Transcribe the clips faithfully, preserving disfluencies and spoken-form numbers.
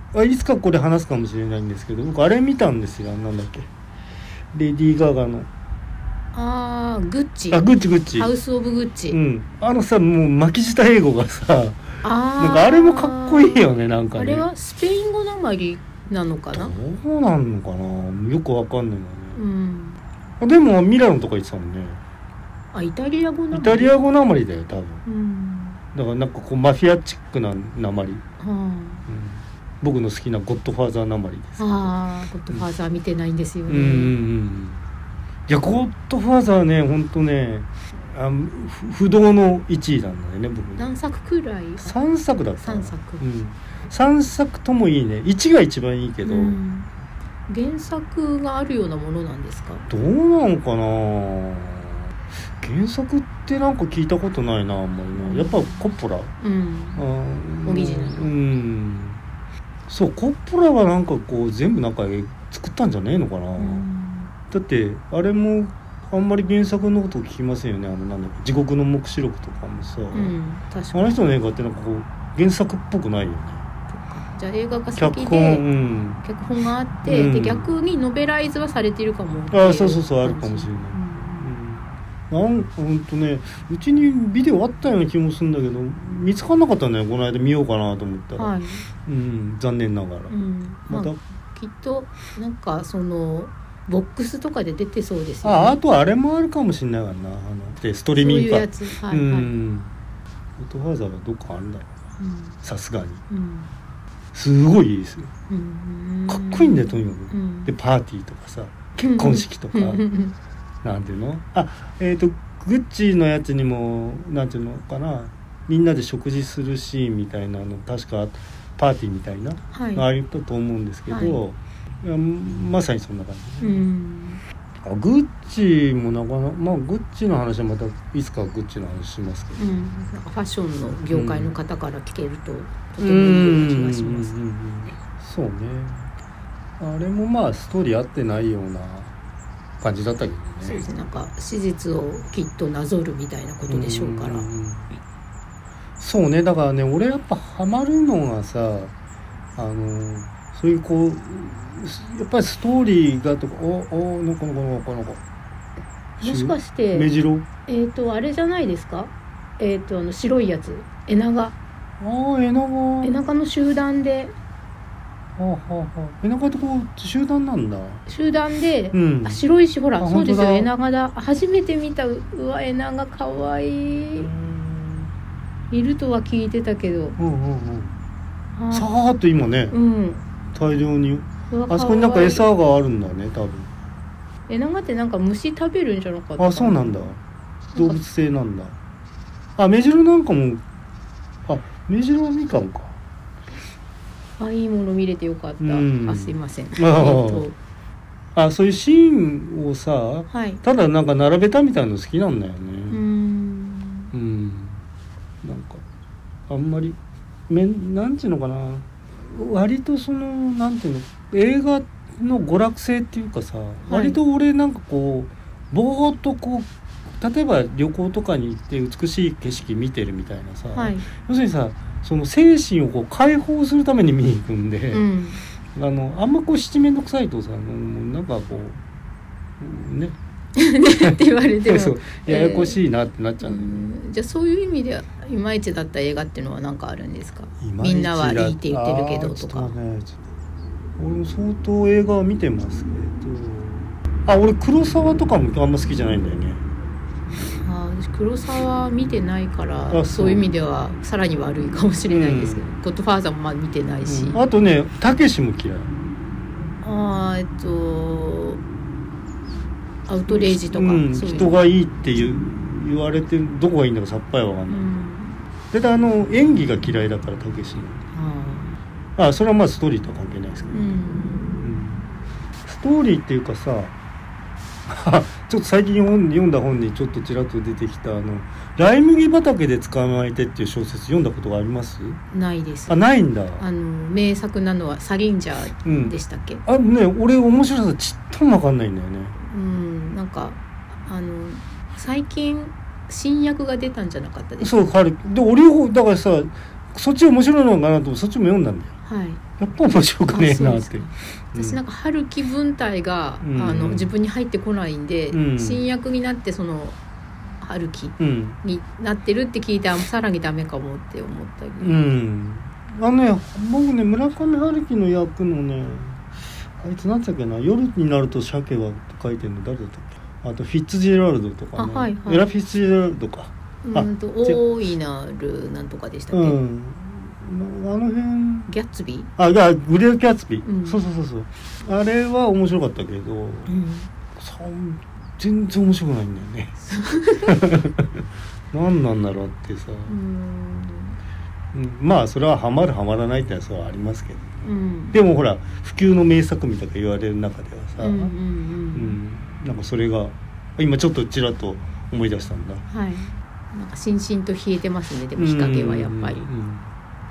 あいつかこれ話すかもしれないんですけど、僕あれ見たんですよ。なんだっけ、レディー・ガガのあーグッチあグッチグッチハウス・オブ・グッチ、 うん、あのさもう巻き舌英語がさあなんかあれもかっこいいよね。なんかねあれはスペイン語なまりなのかな。 どうなんのかな、よくわかんないのね、 うん、 でもミラノとか言ってたもんね。 あイタリア語なまりイタリア語なまりだよ多分。 うん、 だからなんかこうマフィアチックななまり、 はうん、僕の好きなゴッドファーザーなまりですけど。 あ、あーゴッドファーザー見てないんですよね、 うんうんうん、いやゴッドファーザーねほんとねあ不動のいちいなんだよね僕。 何作くらい。 さんさくだったさんさく、 うん、さんさくともいいね。いちが一番いいけど、 うん、原作があるようなものなんですか。 どうなのかな。原作ってなんか聞いたことないなあんまりな。やっぱコッポラ、 うん、 あオリジナル、 うん、そうコッポラはなんかこう全部なんか作ったんじゃねえのかな、 うん、 だってあれもあんまり原作のこと聞きませんよね。あのなんだっけ地獄の黙示録とかもさ、 うん、確かにあの人の映画ってなんかこう原作っぽくないよね。 じゃあ映画が先脚で本、うん、 脚本があって、 うん、 で逆にノベライズはされているかも。 あそうそうそうあるかもしれない、うん、なんほんとねうちにビデオあったような気もするんだけど見つかんなかったね。この間見ようかなと思ったら、 はい、 うん、残念ながら、 うん、 また、 まあ、きっとなんかそのボックスとかで出てそうですよね。 ああとあれもあるかもしれないからな、あのでストリーミングかそういうやつ、はいはい、 うんゴッドファーザーはどっかあるんだろううん、 さすがに、 うん、 すごいいいですよ。 うんかっこいいんだよとにかく、 うん、 でパーティーとかさ結婚式とかなんていうのあえっ、ー、とグッチのやつにもなんていうのかなみんなで食事するシーンみたいなの確かパーティーみたいな、はい、ああいうと思うんですけど、はい、いやまさにそんな感じ、ね、うんあグッチもなかなかまあグッチの話はまたいつかグッチの話しますけど、うん、 なんかファッションの業界の方から聞けると、うん、とてもいいような気がします、うんうんうんうん、 そうねあれもまあストーリー合ってないような感じだったけどね。 そうですねなんか史実をきっとなぞるみたいなことでしょうから、うんうん、 そうねだからね俺やっぱハマるのがさあのそういうこうやっぱりストーリーがとかおおのこのこのこのこもしかして目白えっ、ー、とあれじゃないですかえっ、ー、とあの白いやつエナガああエナガエナガの集団ではあはあはあ、エナガってこう集団なんだ集団で、うん、あ白いしほらあそうですよエナガだ初めて見たうわエナガかわいいいるとは聞いてたけど、うんうんうん、さーっと今ね、うん、大量にあそこになんか餌があるんだね多分エナガってなんか虫食べるんじゃなかったかな。 あそうなんだ動物性なんだあメジロなんかもあメジロはみかんかあいいもの見れてよかった、うん、あすいませんああそういうシーンをさ、はい、ただなんか並べたみたいなの好きなんだよねうんうんなんかあんまりめなんていうのかな割とそのなんていうの映画の娯楽性っていうかさ、はい、割と俺なんかこうぼーっとこう例えば旅行とかに行って美しい景色見てるみたいなさ、はい、要するにさその精神をこう解放するために見に行くんで、うん、あのあんまこう七面倒くさいとさなんかこうねって言われてもそうややこしいなってなっちゃう、えー、 うんじゃあそういう意味ではいまいちだった映画っていうのは何かあるんですか。みんなはいいって言ってるけどとか。ね、 俺も相当映画は見てますけどあ俺黒沢とかもあんま好きじゃないんだよね。 あ私黒沢見てないからそう、そういう意味ではさらに悪いかもしれないですけど、うん、ゴッドファーザーもまだ見てないし、 うん、あとねたけしも嫌い。 あえっとアウトレイジとか、うん、 そういう人がいいって言う言われてどこがいいんだかさっぱりわかんない、うん、であの演技が嫌いだからたけしのああそれはまあストーリーとは関係ないですけど、うんうん、ストーリーっていうかさちょっと最近読んだ本にちょっとちらっと出てきたあのライ麦畑で捕まえてっていう小説読んだことがあります？ ないです。 あないんだ。 あの名作なのはサリンジャーでしたっけ、うん、 あね俺面白さちっとも分かんないんだよね。 うんなんかあの最近新訳が出たんじゃなかったですか。 そうあるで俺だからさそっち面白いのかなとそっちも読んだんだよ。 はいやっぱ面白くねえなって。 私なんか春樹文体が、うん、あの自分に入ってこないんで、うん、新訳になってその春樹になってるって聞いて、うん、さらにダメかもって思ったり、 うん、あのね僕ね村上春樹の役のねあいつなんつったっけな、夜になると鮭はって書いてるの誰だったっけ、あとフィッツジェラルドとかね、はいはい、エラ・フィッツジェラルドか、 うんと大いなるなんとかでしたっけ、うん、 あの辺ギャッツビー、 あ、がグレート・ギャッツビー、うん、そうそうそうそう、あれは面白かったけど、うん、全然面白くないんだよね何なんだろうってさ、うん、まあそれはハマるハマらないってのはありますけど、うん、でもほら不朽の名作みたいな言われる中ではさ、うんうんうんうん、なんかそれが今ちょっとちらっと思い出したんだ。 はい、なんかしんしんと冷えてますね。でも日陰はやっぱり、うんうんうん、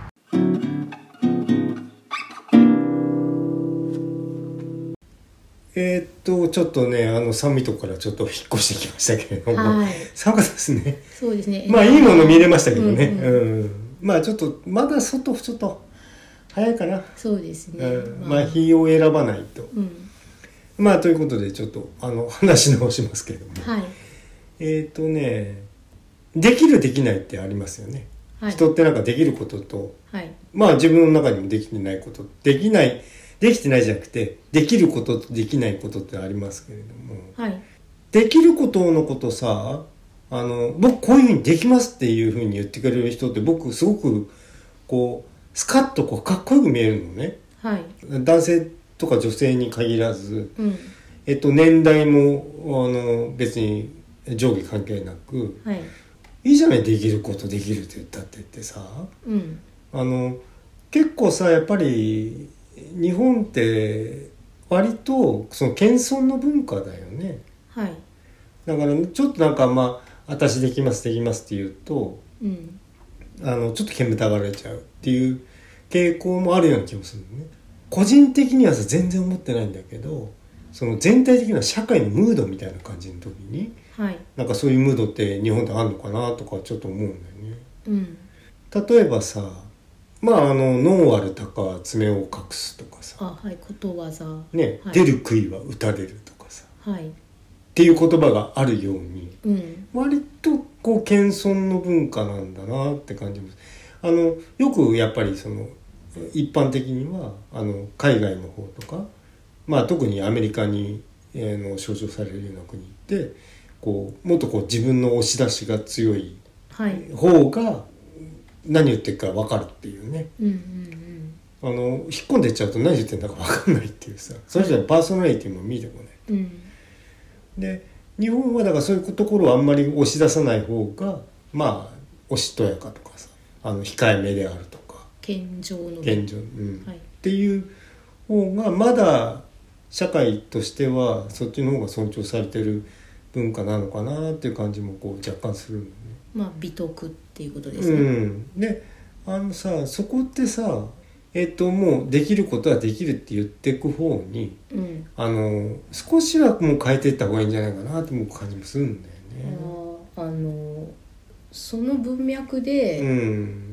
えー、っとちょっとねあの寒いとこからちょっと引っ越してきましたけれども、はい、寒かったですね。 そうですね。 まあいいもの見れましたけどね、うんうんうん、まあちょっとまだ外ちょっと早いかな。 そうですね、 うん、まあ日を選ばないと、うん、まあということでちょっとあの話直しますけれども、はい、えー、っとねできるできないってありますよね、はい、人ってなんかできることと、はい、まあ自分の中にもできてないことできないできてないじゃなくてできることとできないことってありますけれども、はい、できることのことさ、あの僕こういうふうにできますっていうふうに言ってくれる人って僕すごくこうスカッとこうかっこよく見えるのね、はい、男性とか女性に限らず、うん、えっと、年代もあの別に上下関係なく、はい、いいじゃない、できることできるって言ったってってさ、うん、あの結構さやっぱり日本って割とその謙遜の文化だよね、はい、だからちょっとなんかまあ私できますできますって言うと、うん、あのちょっと煙たがられちゃうっていう傾向もあるような気もするのね。個人的にはさ全然思ってないんだけど、その全体的な社会のムードみたいな感じの時に、はい、なんかそういうムードって日本であるのかなとかちょっと思うんだよね、うん、例えばさ、まああの脳ある鷹は爪を隠すとかさ、 あ、はい、ことわざ、 ね、はい、出る杭は打たれるとかさ、はい、っていう言葉があるように、うん、割とこう謙遜の文化なんだなって感じます。あのよくやっぱりその一般的にはあの海外の方とか、まあ、特にアメリカに、えー、の象徴されるような国ってこうもっとこう自分の押し出しが強い方が何言ってるか分かるっていうね、うんうんうん、あの引っ込んでっちゃうと何言ってるんだか分かんないっていうさ、それじゃパーソナリティも見てこない、うん、で日本はだからそういうところをあんまり押し出さない方がまあおしとやかとかさ、あの控えめであるとか謙譲の謙譲、うんはい、っていう方がまだ社会としてはそっちの方が尊重されてる文化なのかなっていう感じもこう若干するんだね。 まあ美徳っていうことですね、 うん、であのさそこってさえっともうできることはできるって言っていく方に、うん、あの少しはもう変えていった方がいいんじゃないかなと思う感じもするんだよね。 ああのその文脈で、うん、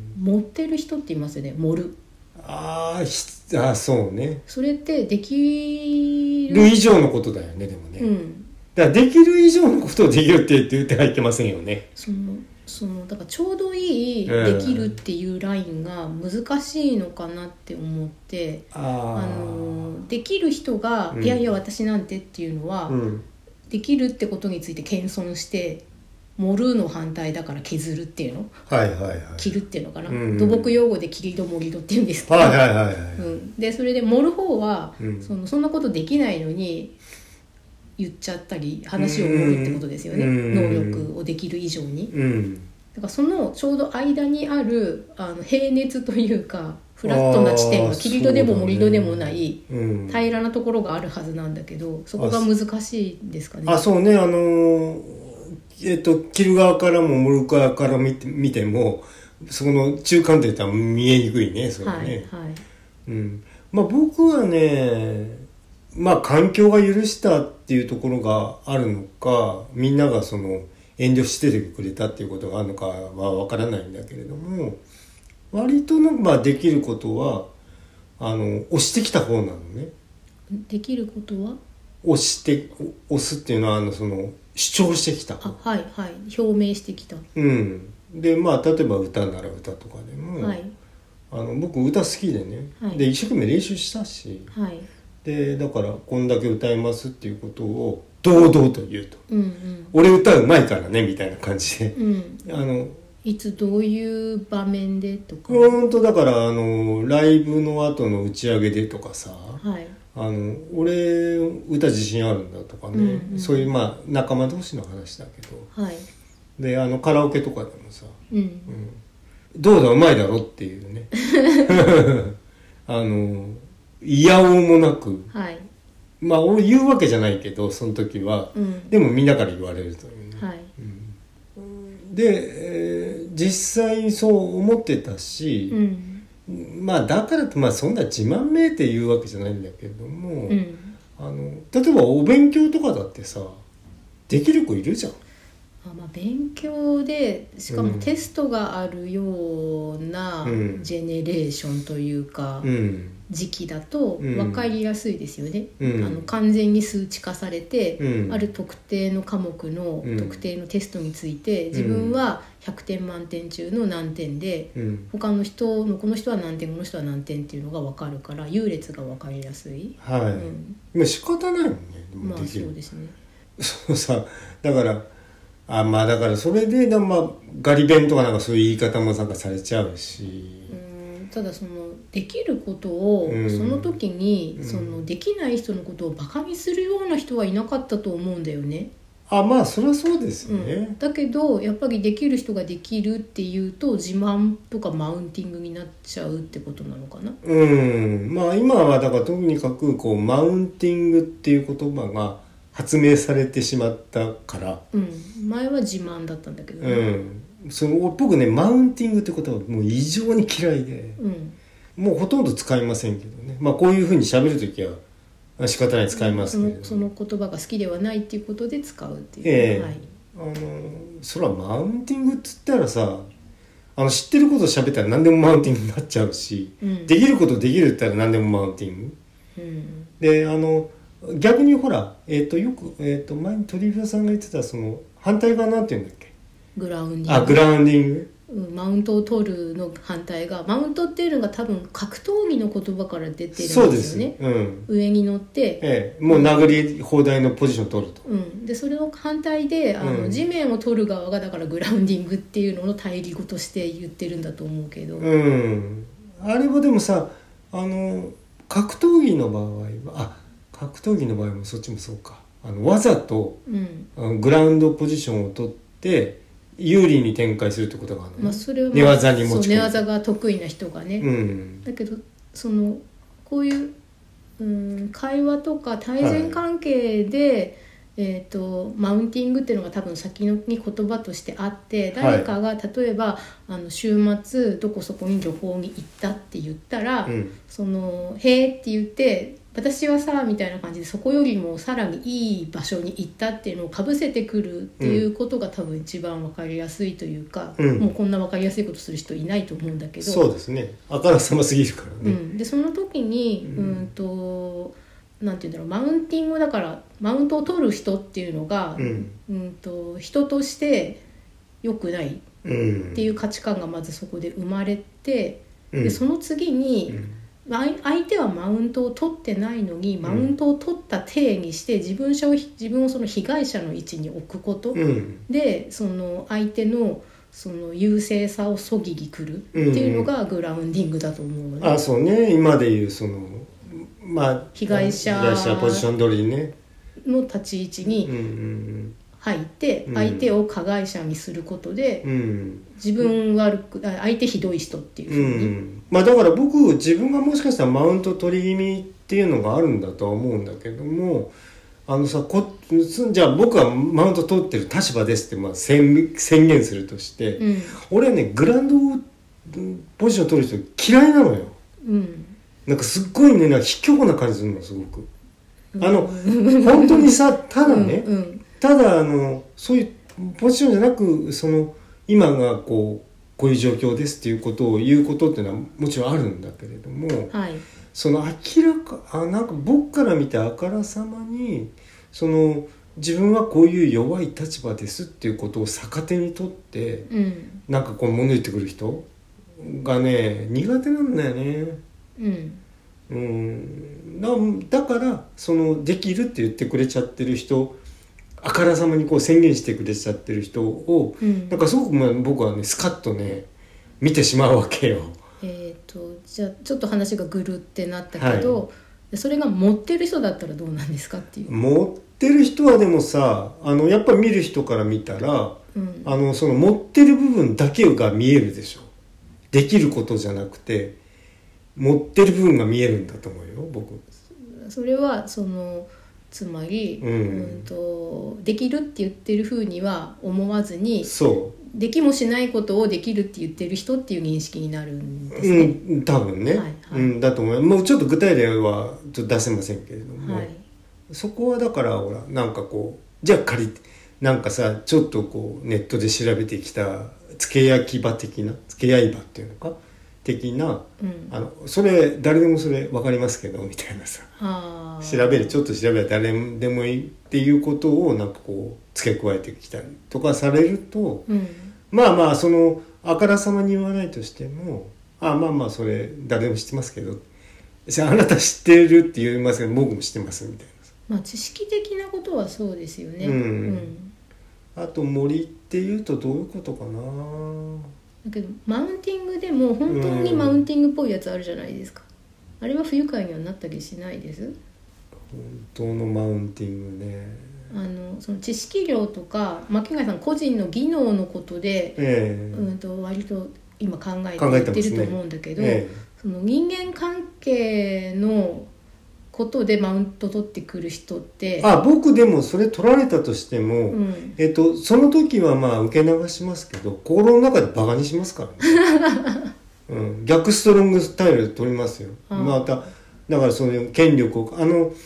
盛ってる人っていますよね。盛る、 ああそうね、 それってできる以上のことだよね。でもね、うん、だからできる以上のことをできるって言ってはいけませんよね。 そのそのだからちょうどいいできるっていうラインが難しいのかなって思って、うん、ああのできる人が、うん、いやいや私なんてっていうのは、うん、できるってことについて謙遜して盛るの反対だから削るっていうの、はいはいはい、切るっていうのかな、うんうん、土木用語で切り戸盛り戸っていうんですけど、はいはいはいはい、うん、でそれで盛る方は、うん、そのそんなことできないのに言っちゃったり話を盛るってことですよね、うん、能力をできる以上に、うん、だからそのちょうど間にあるあの平熱というかフラットな地点が切り戸でも盛り戸でもない、ね、うん、平らなところがあるはずなんだけど、そこが難しいんですかね。 あ、そうね、あのーえっと、切る側からも盛る側から見て、見てもその中間点って見えにくいね、それね、はいはい、うん、まあ僕はね、まあ環境が許したっていうところがあるのか、みんながその遠慮しててくれたっていうことがあるのかはわからないんだけれども、割との、まあ、できることはああの押してきた方なのね。 できることは押して押すっていうのはあのその主張してきた。 あ、はいはい、表明してきた。 うん。でまあ例えば歌なら歌とかでも、はい、あの僕歌好きでね、はい、で一生懸命練習したし、はい、でだからこんだけ歌いますっていうことを堂々と言うと、うんうん、俺歌うまいからねみたいな感じで、うん、あのいつどういう場面でとか。 うんとだからあのライブの後の打ち上げでとかさ、はい、あの俺歌自信あるんだとかね、うんうん、そういうまあ仲間同士の話だけど、はい、であのカラオケとかでもさ、うんうん、どうだうまいだろっていうねあのいやおうもなく、はい、まあ俺言うわけじゃないけどその時は、うん、でもみんなから言われるというね、はい、うん、で、えー、実際そう思ってたし、うん、まあだからとまあそんな自慢めいて言うわけじゃないんだけども、うん、あの例えばお勉強とかだってさできる子いるじゃん。 あ、まあ、勉強でしかもテストがあるようなジェネレーションというか、うん、時期だと分かりやすいですよね、うん、あの完全に数値化されて、うん、ある特定の科目の特定のテストについて自分はひゃくてん満点中の何点で、うん、他の人のこの人は何点この人は何点っていうのが分かるから優劣が分かりやすい、 はい、うん、まあ仕方ないもんね。 まあそうですね。 そうさだからあまあだからそれで、まあ、ガリ勉とかなんかそういう言い方もなんかされちゃうし、 うん、ただそのできることを、うん、その時に、うん、そのできない人のことをバカにするような人はいなかったと思うんだよね。 あまあそれはそうですよね、うん、だけどやっぱりできる人ができるっていうと自慢とかマウンティングになっちゃうってことなのかな。 うんまあ今はだからとにかくこうマウンティングっていう言葉が発明されてしまったから、 うん、前は自慢だったんだけどね、 うん、その僕ねマウンティングって言葉はもう異常に嫌いで、うん、もうほとんど使いませんけどね。まあこういうふうに喋るときは仕方ない使いますけど、 その、その言葉が好きではないっていうことで使うっていう、 えーはい、あのそれはマウンティングっつったらさあの知ってることを喋ったら何でもマウンティングになっちゃうし、うん、できることできるって言ったら何でもマウンティング、うん、であの逆にほら、えー、とよく、えー、と前に鳥広さんが言ってたその反対側なんて言うんだっけ。 グラウンディング。 あグラウンディング、 うん、マウントを取るの反対がマウントっていうのが多分格闘技の言葉から出てるんですよね。そうです、うん、上に乗って、 ええ、もう殴り放題のポジションを取ると、 うん、でそれの反対であの、うん、地面を取る側がだからグラウンディングっていうのの対義語として言ってるんだと思うけど、 うん、あれはでもさあの格闘技の場合はあ格闘技の場合もそっちもそうかあのわざと、うん、あのグラウンドポジションを取って有利に展開するってことがあるの、ねまあ、それは、まあ、 寝技に持ち込む。そう寝技が得意な人がね、うん、だけどそのこういう、うん、会話とか対人関係で、はいえー、とマウンティングっていうのが多分先に言葉としてあって誰かが例えば、はい、あの週末どこそこに旅行に行ったって言ったら、うん、そのへーって言って私はさみたいな感じでそこよりもさらにいい場所に行ったっていうのをかぶせてくるっていうことが多分一番分かりやすいというか、うん、もうこんな分かりやすいことする人いないと思うんだけどそうですねあからさますぎるからね、うん、でその時に、うん、うんとなんていうんだろうマウンティングだからマウントを取る人っていうのが、うんうん、と人として良くないっていう価値観がまずそこで生まれて、うん、でその次に、うん相手はマウントを取ってないのにマウントを取った体にして自分を、自分をその被害者の位置に置くこと、うん、でその相手のその優勢さをそぎに来るっていうのがグラウンディングだと思うので、 うん、あそうね今でいうそのまあ被害者被害者ポジション取りねの立ち位置に入って相手を加害者にすることで、うん、自分悪く相手ひどい人っていうふうに、うんまあ、だから僕自分がもしかしたらマウント取り気味っていうのがあるんだとは思うんだけどもあのさこじゃあ僕はマウント取ってる立場ですってまあ 宣, 宣言するとして、うん、俺はねグラウンドポジション取る人嫌いなのよ、うん、なんかすっごいねなんか卑怯な感じするのすごく、うん、あの本当にさただね、うんうん、ただあのそういうポジションじゃなくその今がこうこういう状況ですっていうことを言うことっていうのはもちろんあるんだけれども、はい、 その明らかあなんか僕から見てあからさまにその自分はこういう弱い立場ですっていうことを逆手にとって、うん、なんかこう物言ってくる人がね苦手なんだよね。うんうん、だ, だからそのできるって言ってくれちゃってる人あからさまにこう宣言してくれちゃってる人を、うん、なんかすごくまあ僕はねスカッとね見てしまうわけよ。 えー、とじゃあちょっと話がぐるってなったけど、はい、それが持ってる人だったらどうなんですかっていう。 持ってる人はでもさあのやっぱ見る人から見たら、うん、あのその持ってる部分だけが見えるでしょ。できることじゃなくて持ってる部分が見えるんだと思うよ僕。 それはそのつまり、うんうん、とできるって言ってる風には思わずにそうできもしないことをできるって言ってる人っていう認識になるんですね、 うん、多分ね、はいはいうん、だと思う。もうちょっと具体例はちょっと出せませんけれども、はい、そこはだからほらなんかこうじゃあ借りてなんかさちょっとこうネットで調べてきた付け焼き場的な付け焼い場っていうのか的な、うん、あのそれ誰でもそれ分かりますけどみたいなさ調べるちょっと調べれば誰でもいいっていうことをなんかこう付け加えてきたりとかされると、うん、まあまあそのあからさまに言わないとしてもあまあまあそれ誰でも知ってますけどじゃああなた知ってるって言いますけど僕も知ってますみたいな、 まあ、知識的なことはそうですよね、うんうん、 あと森っていうとどういうことかな。 だけどマウンティングでも本当にマウンティングっぽいやつあるじゃないですか、うん、あれは不愉快にはなったりしないです。 本当のマウンティングね。 あのその知識量とか巻貝さん個人の技能のことで、えーうん、と割と今考えて言ってると思うんだけど、ねえー、その人間関係のことでマウント取ってくる人ってあ僕でもそれ取られたとしても、うんえっと、その時はまあ受け流しますけど心の中でバカにしますからね、うん、逆ストロングスタイルで取りますよ。まただからその権力をあの、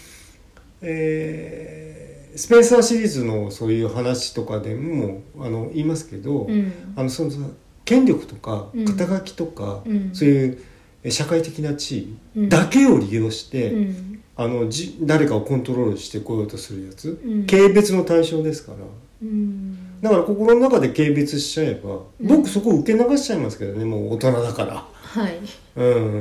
えー、スペンサーシリーズのそういう話とかでもあの言いますけど、うん、あのその権力とか肩書きとか、うん、そういう社会的な地位だけを利用して、うん、あのじ誰かをコントロールしてこようとするやつ、うん、軽蔑の対象ですから、うん、だから心の中で軽蔑しちゃえば、うん、僕そこ受け流しちゃいますけどねもう大人だから、はいうん、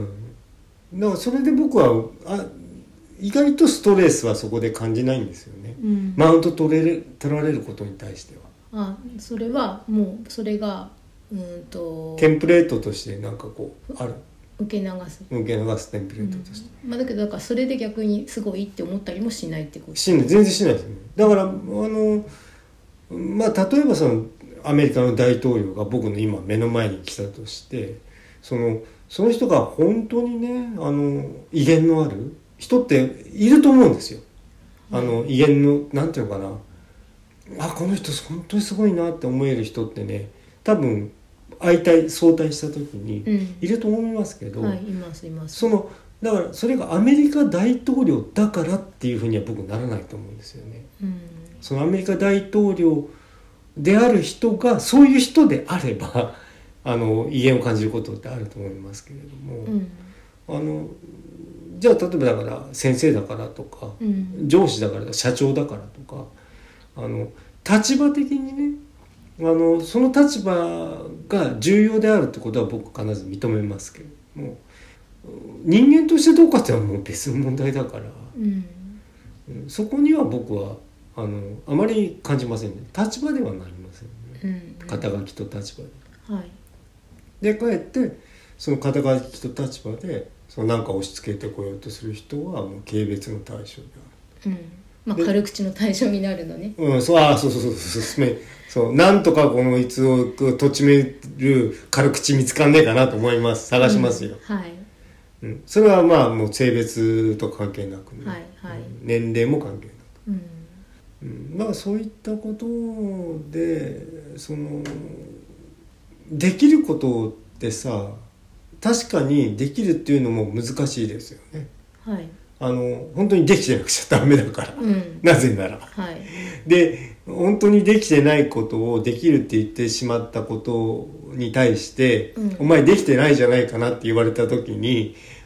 だからそれで僕はあ意外とストレスはそこで感じないんですよね、うん、マウント取れる取られることに対しては。あそれはもうそれがうんとテンプレートとしてなんかこうある受け流す受け流すテンプレートとして、 うんまあ、だけどだからそれで逆にすごいって思ったりもしないってこと。 しない全然しないですね。だからあのまあ例えばそのアメリカの大統領が僕の今目の前に来たとしてそのその人が本当にねあの威厳のある人っていると思うんですよ。あの威厳のなんていうのかなあこの人本当にすごいなって思える人ってね多分相対相対した時にいると思いますけど、 うんはい、いますいます。 そのだからそれがアメリカ大統領だからっていうふうには僕ならないと思うんですよね、うん、そのアメリカ大統領である人がそういう人であればあの威厳を感じることってあると思いますけれども、うん、あのじゃあ例えばだから先生だからとか、うん、上司だから社長だからとかあの立場的にねあのその立場が重要であるってことは僕必ず認めますけれども人間としてどうかっていうのはもう別の問題だから、うん、そこには僕はあのあまり感じませんね。立場ではなりませんね、うん、肩書きと立場で、はい、でかえってその肩書きと立場でその何か押し付けてこようとする人はもう軽蔑の対象である、うんまあ、軽口の対象になるのね。 うん、そうあそうそうそうそうそうそうなんとかこのいつをとちめる軽口見つかんねえかなと思います探しますよ、うん、はい、うん、それはまあもう性別と関係なく、ねはいはい、年齢も関係なく、うんうん、だからそういったことでそのできることってさ確かにできるっていうのも難しいですよね。はいあの本当にできてなくちゃダメだから、うん、なぜなら、はい、で本当にできてないことをできるって言ってしまったことに対して、うん、お前できてないじゃないかなって言われた時に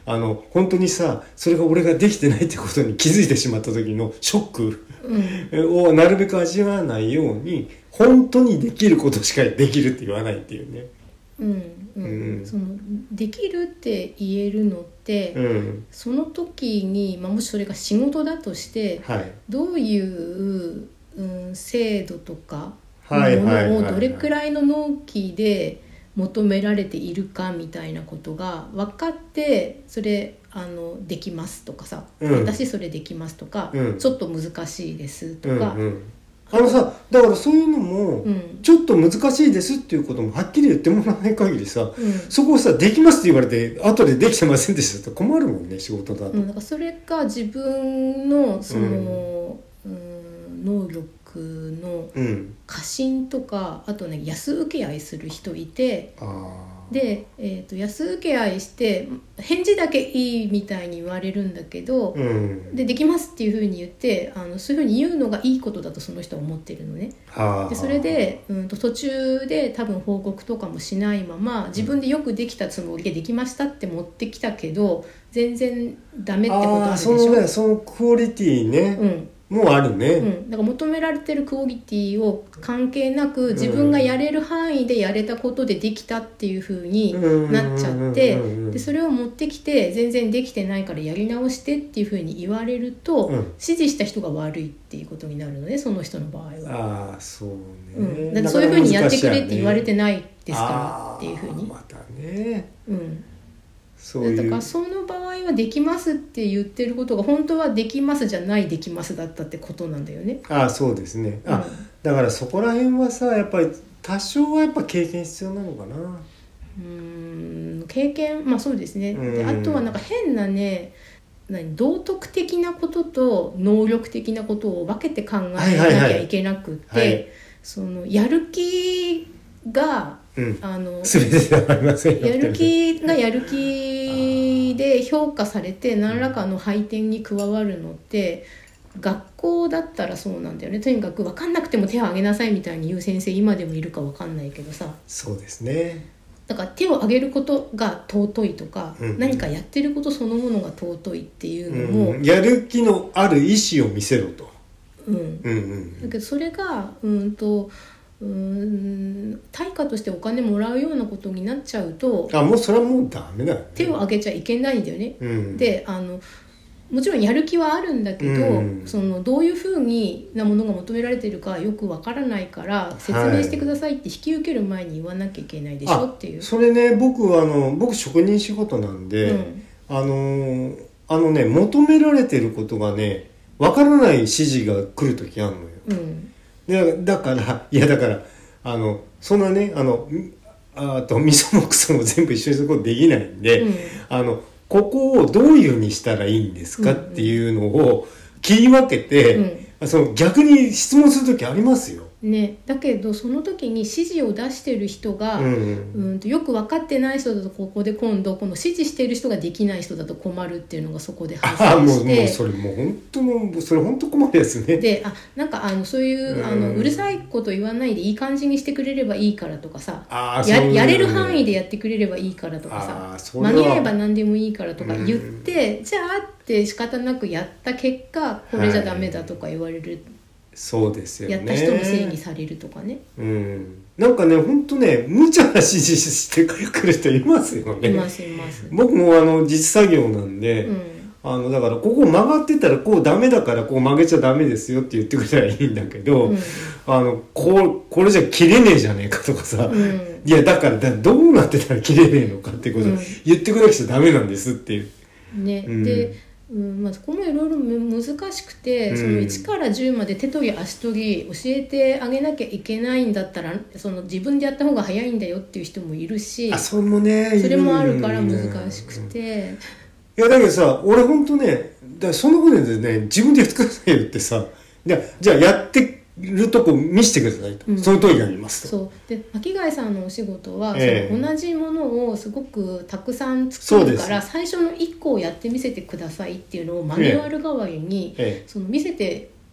あの本当にさそれが俺ができてないってことに気づいてしまった時のショック、うん、をなるべく味わわないように本当にできることしかできるって言わないっていうね。 うんうんうん、そのできるって言えるのって、うん、その時に、まあ、もしそれが仕事だとして、はい、どういう、うん、制度とかものをどれくらいの納期で求められているかみたいなことが分かってそれあのできますとかさ、うん、私それできますとか、うん、ちょっと難しいですとか、うんうんあのさだからそういうのも、うん、ちょっと難しいですっていうこともはっきり言ってもらわない限りさ、うん、そこをさできますって言われて後でできてませんでしたって困るもんね仕事だと、 うん、だからそれが自分のその、うん、能力の過信とか、あとね安請け合いする人いて、あで、えー、と安請け合いして返事だけいいみたいに言われるんだけど、うん、で, できますっていうふうに言ってあのそういうふうに言うのがいいことだとその人は思ってるのね。でそれで、うん、と途中で多分報告とかもしないまま自分でよくできたつもりでできましたって持ってきたけど全然ダメってことあるでしょ。 あそのねそのクオリティね、うんもうあるね、 うん、だから求められてるクオリティを関係なく自分がやれる範囲でやれたことでできたっていう風になっちゃって、でそれを持ってきて全然できてないからやり直してっていう風に言われると、うん、指示した人が悪いっていうことになるのねその人の場合は。 ああそうね、 うん、だってそういう風にやってくれって言われてないですからっていう風に。 またね、 うんそういうだからその場合はできますって言ってることが本当はできますじゃないできますだったってことなんだよね。 ああそうですね、うん、あだからそこら辺はさやっぱり多少はやっぱ経験必要なのかな。 うーん経験まあそうですね。であとはなんか変なね何道徳的なことと能力的なことを分けて考えなきゃいけなくって、はいはいはい、そのやる気がうん、あの全てではありませんよやる気がやる気で評価されて何らかの配点に加わるのって学校だったらそうなんだよね。とにかく分かんなくても手を挙げなさいみたいに言う先生今でもいるか分かんないけどさ。 そうですね。 だから手を挙げることが尊いとか、うん、何かやってることそのものが尊いっていうのも、 うん、やる気のある意思を見せろと、 うんうんうん、だけどそれがうんとうーん対価としてお金もらうようなことになっちゃうとあもうそれはもうダメだよね。 手を挙げちゃいけないんだよね、うん、であのもちろんやる気はあるんだけど、うん、そのどういうふうになものが求められてるかよくわからないから説明してくださいって引き受ける前に言わなきゃいけないでしょっていう。 それね僕あの僕職人仕事なんで、うん、あのあのね求められてることがねわからない指示が来るときあるのよ、うんでだからいやだからあのそんなねあのあと味噌もクソも全部一緒にすることできないんで、うん、あのここをどういうにしたらいいんですかっていうのを切り分けて、うん、その逆に質問するときありますよ。 ね、だけどその時に指示を出してる人が、うんうん、とよく分かってない人だとここで今度この指示している人ができない人だと困るっていうのがそこで発生して、あもうもうそれもう本当のそれ本当困るやつね。 であなんかあのそういう、うん、あのうるさいこと言わないでいい感じにしてくれればいいからとかさあ や, やれる範囲でやってくれればいいからとかさ間に合えば何でもいいからとか言って、うん、じゃあって仕方なくやった結果これじゃダメだとか言われる、はいそうですよね。 やった人のせいにされるとかね。 うん。なんかね、本当ね、無茶な指示してくる人いますよね。 いますいます。 僕もあの実作業なんで、うん、あのだからここ曲がってたらこうダメだからこう曲げちゃダメですよって言ってくれたらいいんだけど、うん、あのこうこれじゃ切れねえじゃねえかとかさ、うん、いやだからだどうなってたら切れねえのかってことを言ってくれなくちゃダメなんですっていう。 ね、うん、で。うんまあ、そこもいろいろ難しくて、うん、そのいちからじゅうまで手取り足取り教えてあげなきゃいけないんだったらその自分でやった方が早いんだよっていう人もいるし、 あそれもねそれもあるから難しくて、 いやだけどさ俺ほんとねだそのことでね自分でやってくださいよってさじゃじゃあやってるとこ見せてくださいと、うん、その通りやりますと。 そうで巻貝さんのお仕事は、えー、その同じものをすごくたくさん作るから最初のいっこをやってみせてくださいっていうのをマニュアル代わりに、えー、その見せて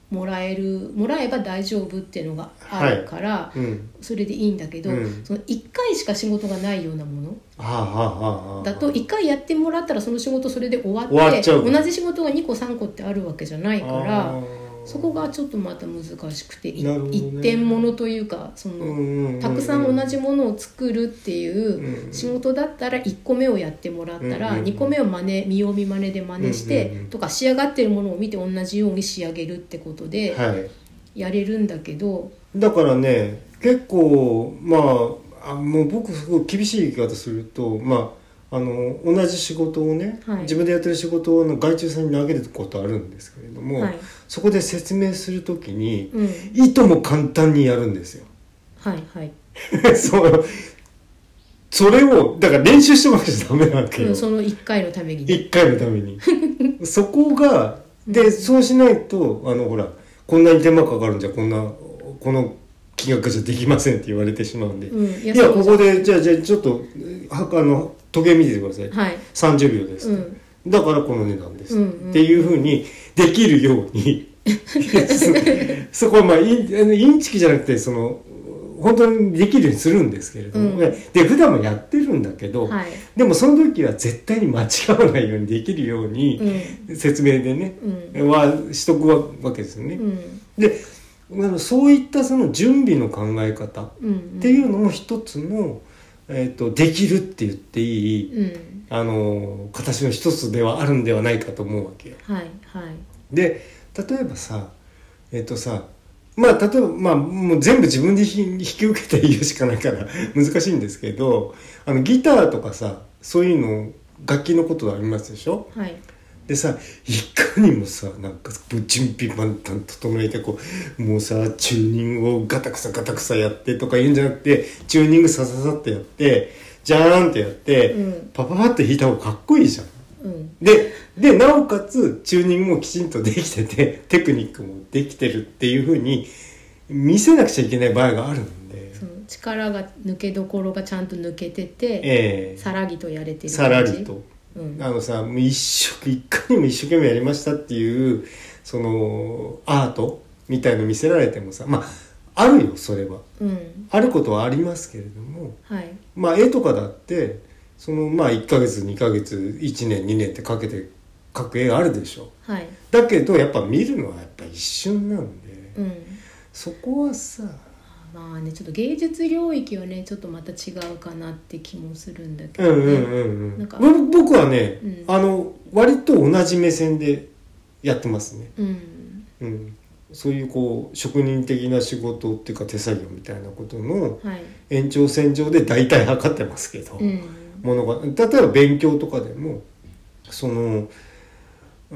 もらえるもらえば大丈夫っていうのがあるから、はいうん、それでいいんだけど、うん、そのいっかいしか仕事がないようなものだといっかいやってもらったらその仕事それで終わって同じ仕事がにこさんこってあるわけじゃないからそこがちょっとまた難しくて、ね、一点物というかそのたくさん同じものを作るっていう仕事だったらいっこめをやってもらったらにこめを真似見よう見真似で真似してとか仕上がってるものを見て同じように仕上げるってことでやれるんだけど、はい、 だからね結構まあ、あもう僕すごい厳しい言い方するとまああの同じ仕事をね、はい、自分でやってる仕事の外注さんに投げることあるんですけれども、はい、そこで説明するときに、うん、いとも簡単にやるんですよ。 はいはいそうそれをだから練習してもらうじゃダメなわけよ、 うん、そのいっかいのために、ね、 いっかいのためにそこがで、うん、そうしないとあのほらこんなに手間かかるんじゃこんなこの金額じゃできませんって言われてしまうんで、うん、いや, いやここでじゃあじゃあちょっとあの時計見ててください、はい、さんじゅうびょうです、うん、だからこの値段です、うんうん、っていうふうにできるようにそ, そこはまあインインチキじゃなくてその本当にできるようにするんですけれども、うん、で普段もやってるんだけど、はい、でもその時は絶対に間違わないようにできるように、うん、説明でね、うん、はしとくわけですよね、うん、でそういったその準備の考え方っていうのも一つの、えーと、できるって言っていい、うん、あの形の一つではあるんではないかと思うわけよ。 はいはい、 で例えばさえっ、ー、とさまあ例えばまあもう全部自分で引き受けて言うしかないから難しいんですけどあのギターとかさそういうの楽器のことありますでしょ。はいでさいかにもさなんか準備万端整えてこうもうさチューニングをガタクサガタクサやってとか言うんじゃなくてチューニングさささってやってジャーンってやって、うん、パパパって弾いた方がかっこいいじゃん、うん、で, でなおかつチューニングもきちんとできててテクニックもできてるっていう風に見せなくちゃいけない場合があるんでその力が抜けどころがちゃんと抜けてて、えー、さらぎとやれてる感じさらりとうん、あのさ一生いかにも一生懸命やりましたっていうそのアートみたいの見せられてもさまああるよそれは、うん、あることはありますけれども、はい、まあ絵とかだってそのまあいっかげつにかげついちねんにねんってかけて描く絵があるでしょ、はい、だけどやっぱ見るのはやっぱ一瞬なんで、うん、そこはさまあね、ちょっと芸術領域はねちょっとまた違うかなって気もするんだけどね、うんうんうんうん、なんか僕はね、うん、あの割と同じ目線でやってますね、うんうん、そういうこう職人的な仕事っていうか手作業みたいなことの延長線上で大体測ってますけど、はい、ものが例えば勉強とかでもその、うん、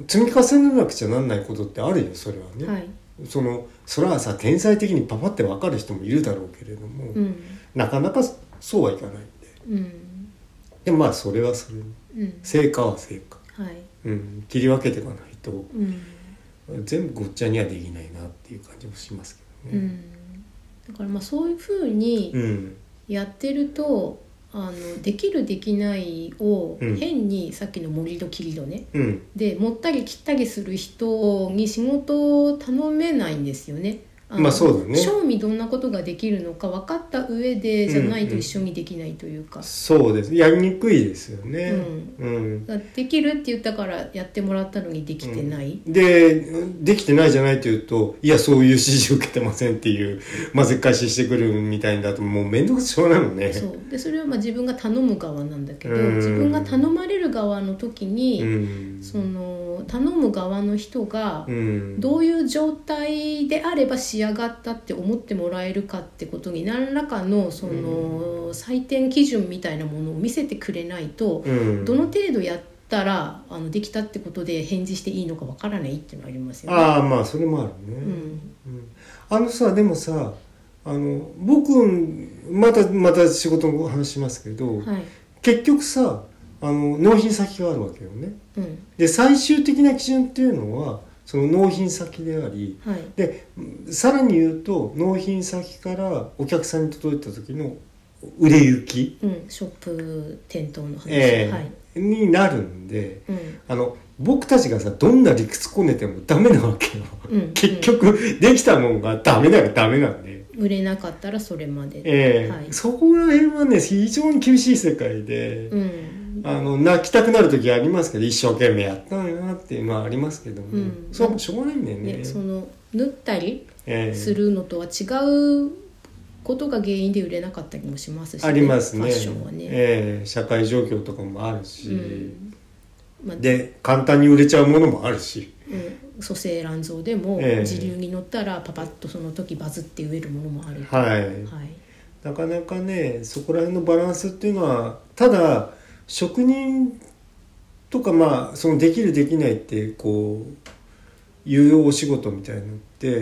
積み重ねなくちゃなんないことってあるよそれはね、はいそのそれはさ天才的にパパって分かる人もいるだろうけれども、うん、なかなかそうはいかないんで、うん、でもまあそれはそれ、うん、成果は成果、はいうん、切り分けていかないと、うん、全部ごっちゃにはできないなっていう感じもしますけどね、うん、 だからまあそういうふうにやってると、あのできるできないを変にさっきの盛り土切り土ね、うん、で盛ったり切ったりする人に仕事を頼めないんですよね。あのまあそうだね、正味どんなことができるのか分かった上でじゃないと一緒にできないというか、うんうん、 そうですやりにくいですよね、 うんうん、できるって言ったからやってもらったのにできてない、 うん、でできてないじゃないというといやそういう指示受けてませんっていう混ぜ返ししてくるみたいだともう面倒くさいなのね。 そうでそれはまあ自分が頼む側なんだけど、うん、自分が頼まれる側の時に、うん、その頼む側の人がどういう状態であれば仕上がったって思ってもらえるかってことに何らかのその採点基準みたいなものを見せてくれないと、うん、どの程度やったらあのできたってことで返事していいのかわからないっていうのがありますよね。 ああまあそれもあるね、うんうん、あのさでもさあの僕またまた仕事の話しますけど、はい、結局さあの納品先があるわけよね、うん、で最終的な基準っていうのはその納品先であり、はい、でさらに言うと納品先からお客さんに届いた時の売れ行き、 うん、ショップ店頭の話、 えーはい、 になるんで、うん、あの僕たちがさどんな理屈こねてもダメなわけよ、うん、結局できたもんがダメならダメなんで、 売れなかったらそれまで、 えーはい、そこら辺はね非常に厳しい世界で、うん、あの泣きたくなる時はありますけど一生懸命やったのよなっていうのはありますけども、うん、そうしょうがないんだよね。 ねその縫ったりするのとは違うことが原因で売れなかったりもしますし、ね、 ありますね。 ファッションはね、 えー、社会状況とかもあるし、うんまあ、で簡単に売れちゃうものもあるし、 うん、蘇生卵像でも時流に乗ったらパパッとその時バズって植えるものもある、はい、はい、 なかなかねそこら辺のバランスっていうのはただ職人とかまあそのできるできないってこういうお仕事みたいなのって、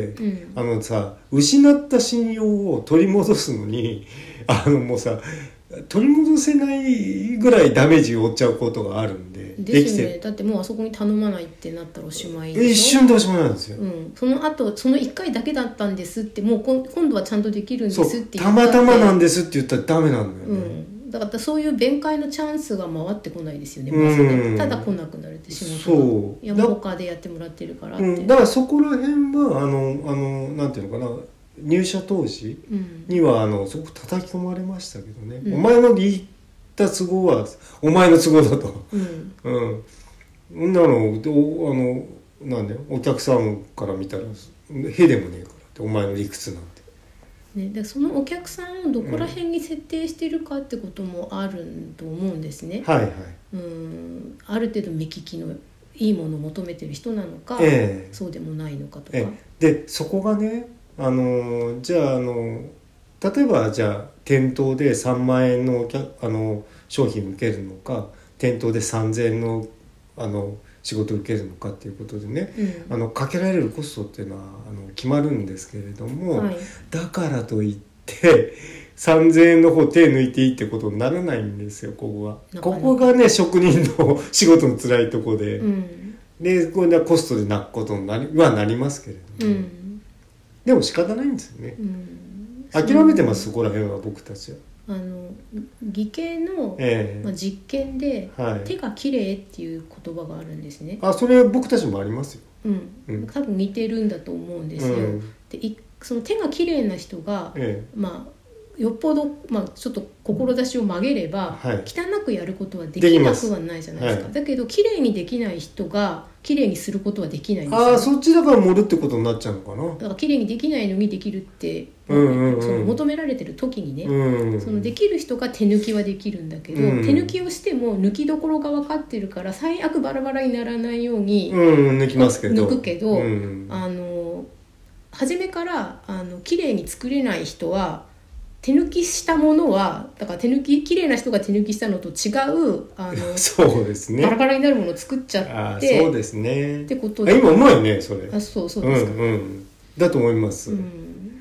うん、あのさ失った信用を取り戻すのにあのもうさ取り戻せないぐらいダメージを負っちゃうことがあるんでですよね。だってもうあそこに頼まないってなったらおしまいでしょ。 一瞬でおしまいなんですよ、 うん、その後そのいっかいだけだったんですってもう今度はちゃんとできるんですって言ったたまたまなんですって言ったらダメなんだよね、 うん、だからそういう弁解のチャンスが回ってこないですよね、まずね、ただ来なくなるって仕事がそう山他でやってもらってるからって、 うん、だからそこら辺はあのあのなんていうのかな入社当時には、うん、あのそこ叩き込まれましたけどね、うん、お前の言った都合はお前の都合だと、うんうん、なのおあのなんだよお客さんから見たらへでもねえからってお前の理屈なんて、 ね、でそのお客さんをどこら辺に設定してるかってこともあると思うんですね、 うん、はいはい、 うんある程度目利きのいいものを求めてる人なのか、えー、そうでもないのかとか、えー、 でそこがねあのじゃああの例えばじゃあ店頭でさんまん円のあの商品を受けるのか店頭でさんぜんえんのあの仕事を受けるのかっていうことでね、うん、あのかけられるコストっていうのはあの決まるんですけれども、はい、だからといってさんぜんえんの方手抜いていいってことにならないんですよ。ここはここがね職人の仕事の辛いとこで、うん、でこれはコストで泣くことになりはなりますけれども、うんでも仕方ないんですよね、うん、諦めてますそこら辺は僕たちは。 あの技系の、えーまあ、実験で、はい、手が綺麗っていう言葉があるんですね。 あそれは僕たちもありますよ、 うんうん、多分似てるんだと思うんですよ、うん、でいその手が綺麗な人が、えー、まあよっぽど、まあ、ちょっと志を曲げれば、はい、汚くやることはできなくはないじゃないですか、はい、だけど綺麗にできない人が綺麗にすることはできないんですよ、ね、 ああそっちだから盛るってことになっちゃうのかな。 だから綺麗にできないのにできるって、うんうんうん、その求められてる時にね、うんうん、そのできる人が手抜きはできるんだけど、うん、手抜きをしても抜きどころが分かってるから最悪バラバラにならないように、 うん、抜きますけど抜くけど、うん、あの初めからあの綺麗に作れない人は手抜きしたものはだから手抜き綺麗な人が手抜きしたのと違うあのそうですねバラバラになるものを作っちゃってあそうですねってことで今うまいねそれ。 あそうそうですか、 うんうん、だと思います、うん、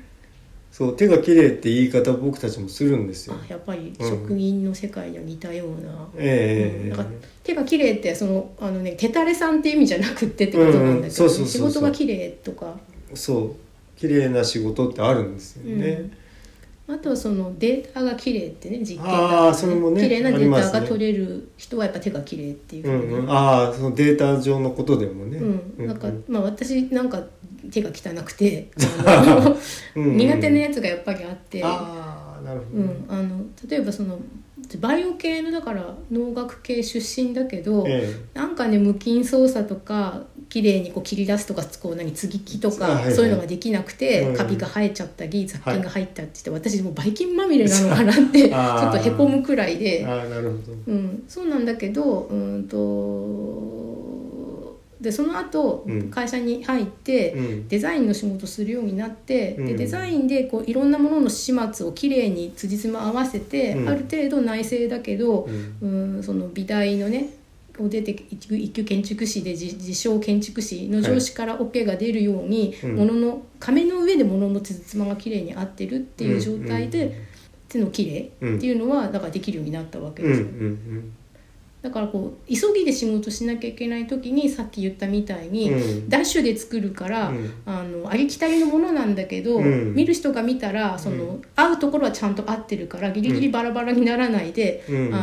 そう手が綺麗って言い方僕たちもするんですよ。 あやっぱり職人の世界には似たような、うんえーうん、なんか手が綺麗ってそのあのね手垂れさんって意味じゃなくってってことなんだけど、ね、仕事が綺麗とかそう綺麗な仕事ってあるんですよね、うんあとはそのデータが綺麗ってね実験だと、ねね、綺麗なデータが取れる人はやっぱ手が綺麗っていうふうに、 うんうん、ああそのデータ上のことでもね、 うん、なんかまあ私なんか手が汚くてあのうん、苦手なやつがやっぱりあってあなるほど、 うん、あの例えばそのバイオ系のだから農学系出身だけど、ええ、なんかね無菌操作とか綺麗にこう切り出すとかこう何接ぎ木とか、はいはい、そういうのができなくて、うん、カビが生えちゃったり雑菌が入ったって言って、はい、私もうばい菌まみれなのかなってちょっとへこむくらいであなるほど、 うん、そうなんだけどうんとでその後、うん、会社に入って、うん、デザインの仕事するようになって、うん、でデザインでこういろんなものの始末をきれいに辻褄合わせて、うん、ある程度内製だけど、うん、うんその美大のねを出て一級建築士で 自, 自称建築士の上司から OK が出るように、はい、物の紙の上で物の辻褄がきれいに合ってるっていう状態で、うん、手のきれいっていうのはだからできるようになったわけですよ、うんうんうんだからこう急ぎで仕事しなきゃいけない時にさっき言ったみたいに、うん、ダッシュで作るから、うん、あのありきたりのものなんだけど、うん、見る人が見たらその、うん、合うところはちゃんと合ってるからギリギリバラバラにならないで、うん、あの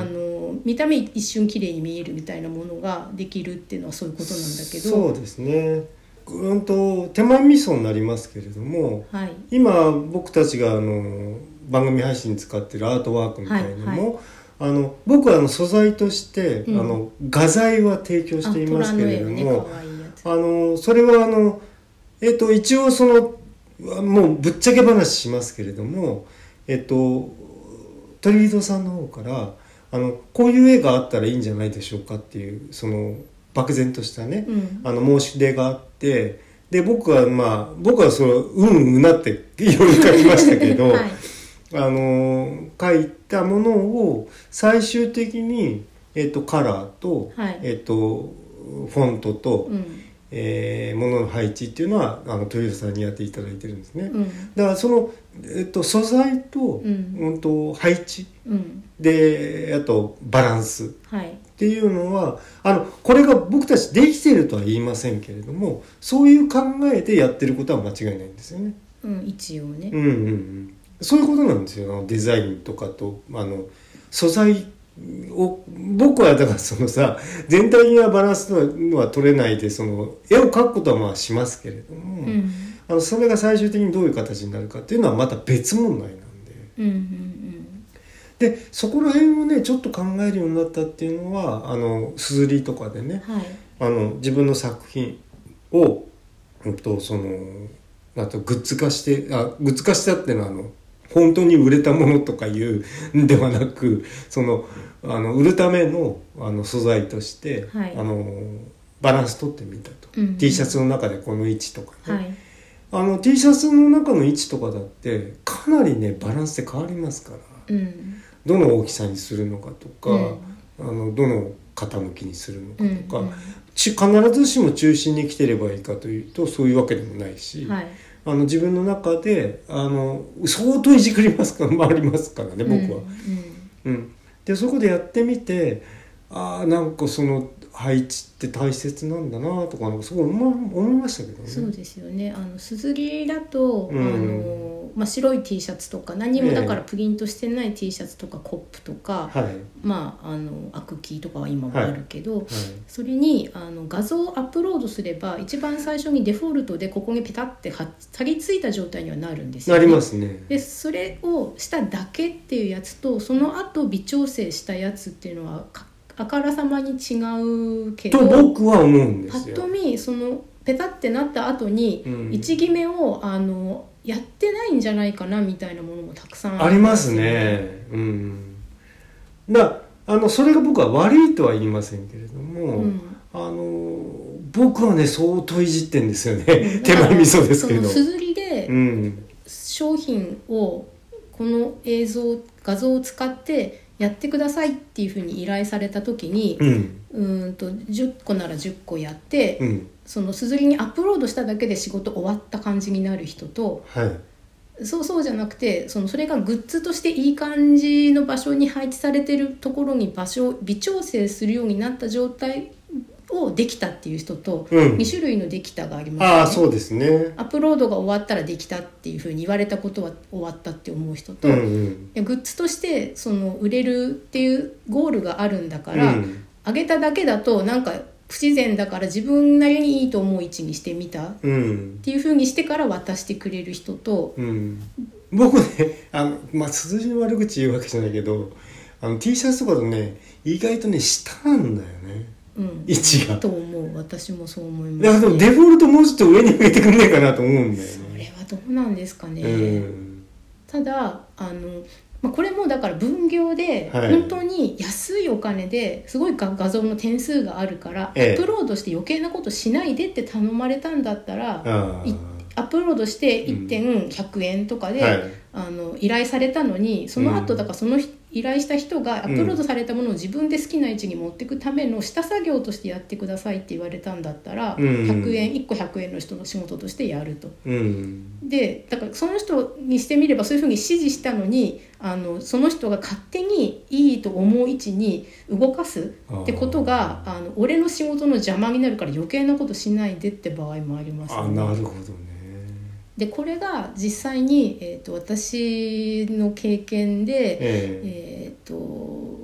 の見た目一瞬綺麗に見えるみたいなものができるっていうのはそういうことなんだけど、 そうですね。うんと手前味噌になりますけれども、はい、今僕たちがあの番組配信に使ってるアートワークみたいなのも、はいはい、あの僕はあの素材として、うん、あの画材は提供していますけれども、ね、あのそれはあの、えっと、一応そのもうぶっちゃけ話しますけれども、えっとトリビドさんの方からあのこういう絵があったらいいんじゃないでしょうかっていうその漠然としたね、うん、あの申し出があって、で僕はまあ僕はそれうんうなって読み書きましたけど、はい、あの書いたものを最終的に、えっと、カラーと、はい、えっと、フォントと、うんえー、物の配置っていうのはあの豊田さんにやっていただいてるんですね、うん、だからその、えっと、素材と、うんうん、と配置、うん、であとバランスっていうのは、はい、あのこれが僕たちできてるとは言いませんけれども、そういう考えでやってることは間違いないんですよね、 うん、一応ね、 うんうんうん、そういうことなんですよ。デザインとかとあの素材を僕はだからそのさ全体的なバランスのは取れないでその絵を描くことはまあしますけれども、うん、あのそれが最終的にどういう形になるかっていうのはまた別問題なんで、うんうんうん、でそこら辺をねちょっと考えるようになったっていうのはあのすずりとかでね、はい、あの自分の作品を、うん、とそのあとグッズ化してあグッズ化したっていうのはあの本当に売れたものとかいうんではなく、そのあの売るためのあの素材として、はい、あのバランス取ってみたと、うんうん、T シャツの中でこの位置とかね、はい、あの T シャツの中の位置とかだってかなりねバランスで変わりますから、うん、どの大きさにするのかとか、うん、あのどの傾きにするのかとか、うんうん、必ずしも中心に来てればいいかというとそういうわけでもないし、はい、あの自分の中であの相当いじくりますから回りますからね僕は、うんうん、でそこでやってみてああなんかその配置って大切なんだなとかなんかすごい思いましたけどね。 そうですよね。あのすずりだと、うん、あのまあ、白い T シャツとか何もだからプリントしてない T シャツとかコップとか、はい、まああのアクキーとかは今もあるけど、はいはい、それにあの画像をアップロードすれば一番最初にデフォルトでここにペタって貼り付いた状態にはなるんですよね。 なりますね。 でそれをしただけっていうやつとその後微調整したやつっていうのはあからさまに違うけどと僕は思うんですよ。 ぱっと見そのペタってなった後に位置決めをあのやってないんじゃないかなみたいなものもたくさんありますね。うん、だあのそれが僕は悪いとは言いませんけれども、うん、あの僕はね相当いじってんですよね。手前味噌ですけど。 すずりで商品をこの映像画像を使ってやってくださいっていうふうに依頼された時に、うん、うんとじゅっこならじゅっこやって、うん、そのすずりにアップロードしただけで仕事終わった感じになる人と、はい、そうそうじゃなくてそのそれがグッズとしていい感じの場所に配置されてるところに場所を微調整するようになった状態をできたっていう人と、うん、に種類のできたがありますね。 あ、そうですね。 アップロードが終わったらできたっていうふうに言われたことは終わったって思う人と、うんうん、グッズとしてその売れるっていうゴールがあるんだから、うん、上げただけだとなんか不自然だから自分なりにいいと思う位置にしてみたっていうふうにしてから渡してくれる人と、うん、 僕ねあの、まあ、すずりの悪口言うわけじゃないけどあの T シャツとかとね意外とね下なんだよね。うん、位置がと思う。私もそう思います、ね、 だからでもデフォルトもうちょっと上に上げてくんないかなと思うんだよね。 それはどうなんですかね、うん、ただあの、まあ、これもだから分業で本当に安いお金ですごい画像の点数があるから、ええ、アップロードして余計なことしないでって頼まれたんだったらアップロードしていってんひゃくえんとかで、うんはい、あの依頼されたのにその後だからその依頼した人がアップロードされたものを自分で好きな位置に持っていくための下作業としてやってくださいって言われたんだったら、うん、ひゃくえんいっこひゃくえんの人の仕事としてやると、うん、でだからその人にしてみればそういうふうに指示したのにあのその人が勝手にいいと思う位置に動かすってことがあの俺の仕事の邪魔になるから余計なことしないでって場合もあります、ね、 あ、なるほどね。 でこれが実際に、えー、と私の経験で、えーえー、と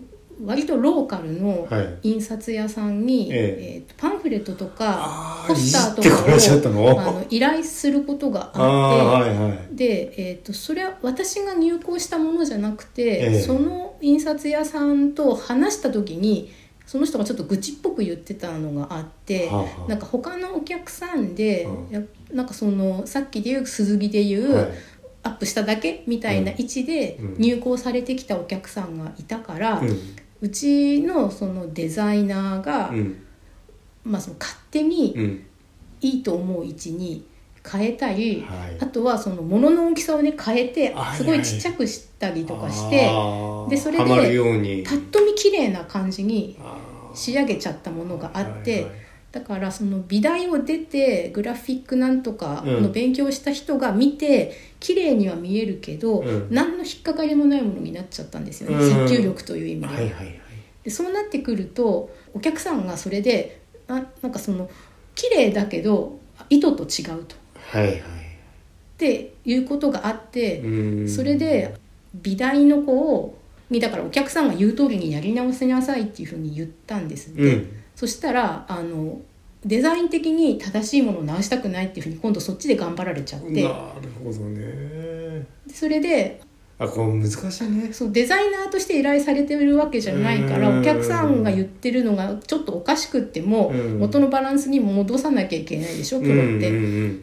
割とローカルの印刷屋さんに、はい、えー、とパンフレットとかポスターとかをあの依頼することがあって、はいはい、で、えー、とそれは私が入稿したものじゃなくて、えー、その印刷屋さんと話した時にその人がちょっと愚痴っぽく言ってたのがあって、はあはあ、なんか他のお客さんで、はあ、やなんかそのさっきで言う鈴木で言う、はい、アップしただけみたいな位置で入稿されてきたお客さんがいたから、うん、うち の, そのデザイナーが、うんまあ、その勝手にいいと思う位置に変えたり、はい、あとはその物の大きさをね変えてすごいちっちゃくしたりとかして、はい、でそれでパッと見綺麗な感じに仕上げちゃったものがあって、はいはい、だからその美大を出てグラフィックなんとかの勉強した人が見て、うん、綺麗には見えるけど、うん、何の引っかかりもないものになっちゃったんですよね、うん、接球力という意味で、はいはいはい、でそうなってくるとお客さんがそれでななんかその綺麗だけど意図と違うと、はいはい、っていうことがあって、うん、それで美大の子をにだからお客さんが言う通りにやり直せなさいっていうふうに言ったんですって、うん、そしたらあのデザイン的に正しいものを直したくないっていうふうに今度そっちで頑張られちゃって、なるほどね。 それであこれ難しいね。 そうデザイナーとして依頼されてるわけじゃないからお客さんが言ってるのがちょっとおかしくっても元のバランスに戻さなきゃいけないでしょプロって、うんうんうん、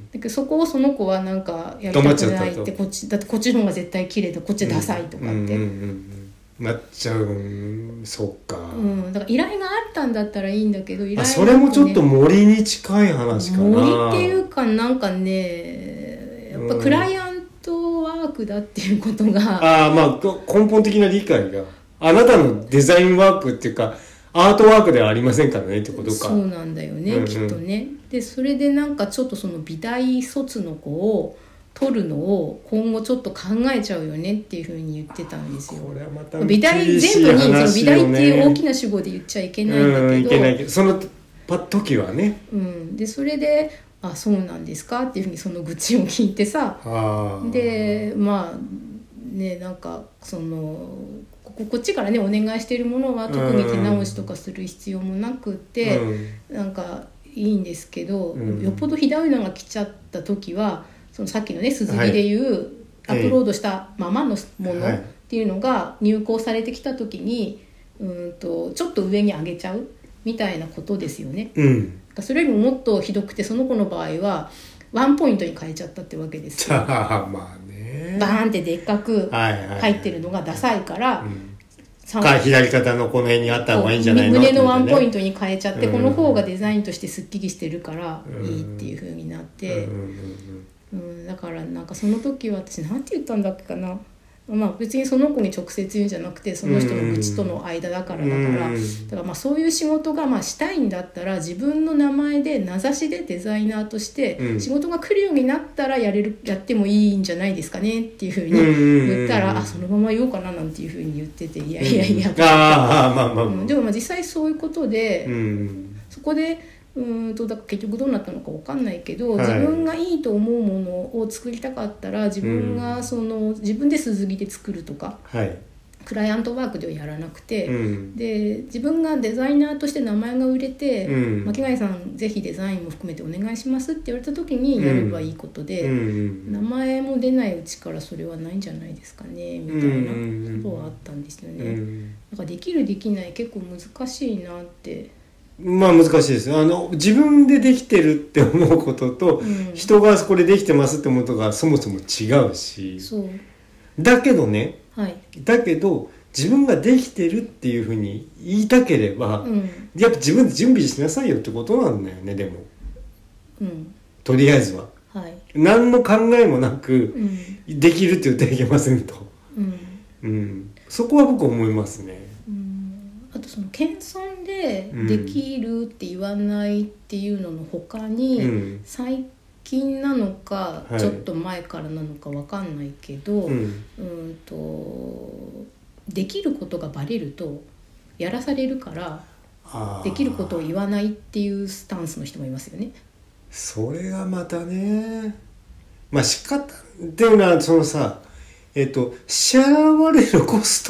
だけどそこをその子はなんかやりたくないってこっちだってこっちの方が絶対綺麗でこっちダサいとかって、うんうんうんうんなっちゃう、そうか、 うん、だから依頼があったんだったらいいんだけど依頼、ね、 あそれもちょっと森に近い話かな。 森っていうかなんかねやっぱクライアントワークだっていうことが、うん、 ああまあ根本的な理解があなたのデザインワークっていうかアートワークではありませんからねってことか。 そうなんだよね、うんうん、きっとね。でそれでなんかちょっとその美大卒の子を取るのを今後ちょっと考えちゃうよねっていうふうに言ってたんですよ。これはまた美大全部にその美大っていう大きな主語で言っちゃいけないんだけど、うん、いけないけどその時はね、 うん、でそれであそうなんですかっていうふうにその愚痴を聞いてさでまあねなんかそのこ, こっちからねお願いしているものは特に手直しとかする必要もなくて、うん、なんかいいんですけど、うん、よっぽどひどいのが来ちゃった時はそのさっきのね鈴木でいう、はい、アップロードしたままのものっていうのが入稿されてきた時に、うんとちょっと上に上げちゃうみたいなことですよね、うん、それよりももっとひどくてその子の場合はワンポイントに変えちゃったってわけですよまあねバーンってでっかく入ってるのがダサいから、はいはいはいうん左肩のこの辺にあった方がいいんじゃないの、 胸のワンポイントに変えちゃって、うん、この方がデザインとしてスッキリしてるからいいっていう風になって、うんうん、だからなんかその時は私なんて言ったんだっけかな、まあ、別にその子に直接言うんじゃなくてその人の愚痴との間だからだから、だからまあそういう仕事がまあしたいんだったら自分の名前で名指しでデザイナーとして仕事が来るようになったらやれるやってもいいんじゃないですかねっていうふうに言ったら、あそのまま言おうかななんていうふうに言ってて、いやいやいや、あまあまあ、うん、でもまあ実際そういうことで、うん、そこでうんとだから結局どうなったのか分かんないけど、はい、自分がいいと思うものを作りたかったら自分がその、うん、自分で鈴木で作るとか、はい、クライアントワークではやらなくて、うん、で自分がデザイナーとして名前が売れて、うん、巻貝さんぜひデザインも含めてお願いしますって言われた時にやればいいことで、うん、名前も出ないうちからそれはないんじゃないですかねみたいなことはあったんですよね、うん、だからできるできない結構難しいなって。 まあ難しいですあの自分でできてるって思うことと、うん、人がこれできてますって思うことがそもそも違うし、そうだけどね、はい、だけど自分ができてるっていうふうに言いたければ、うん、やっぱ自分で準備しなさいよってことなんだよね。でも、うん、とりあえずは、はい、何の考えもなく、うん、できるって言ってはいけませんと、うんうん、そこは僕思いますね。 あとその謙遜でできるって言わないっていうのの他に、うん、最近なのかちょっと前からなのか分かんないけど、はい、うんうんとできることがバレるとやらされるからできることを言わないっていうスタンスの人もいますよね。 それがまたね、まあ仕方っていうのはそのさ、えっと支払われるコスト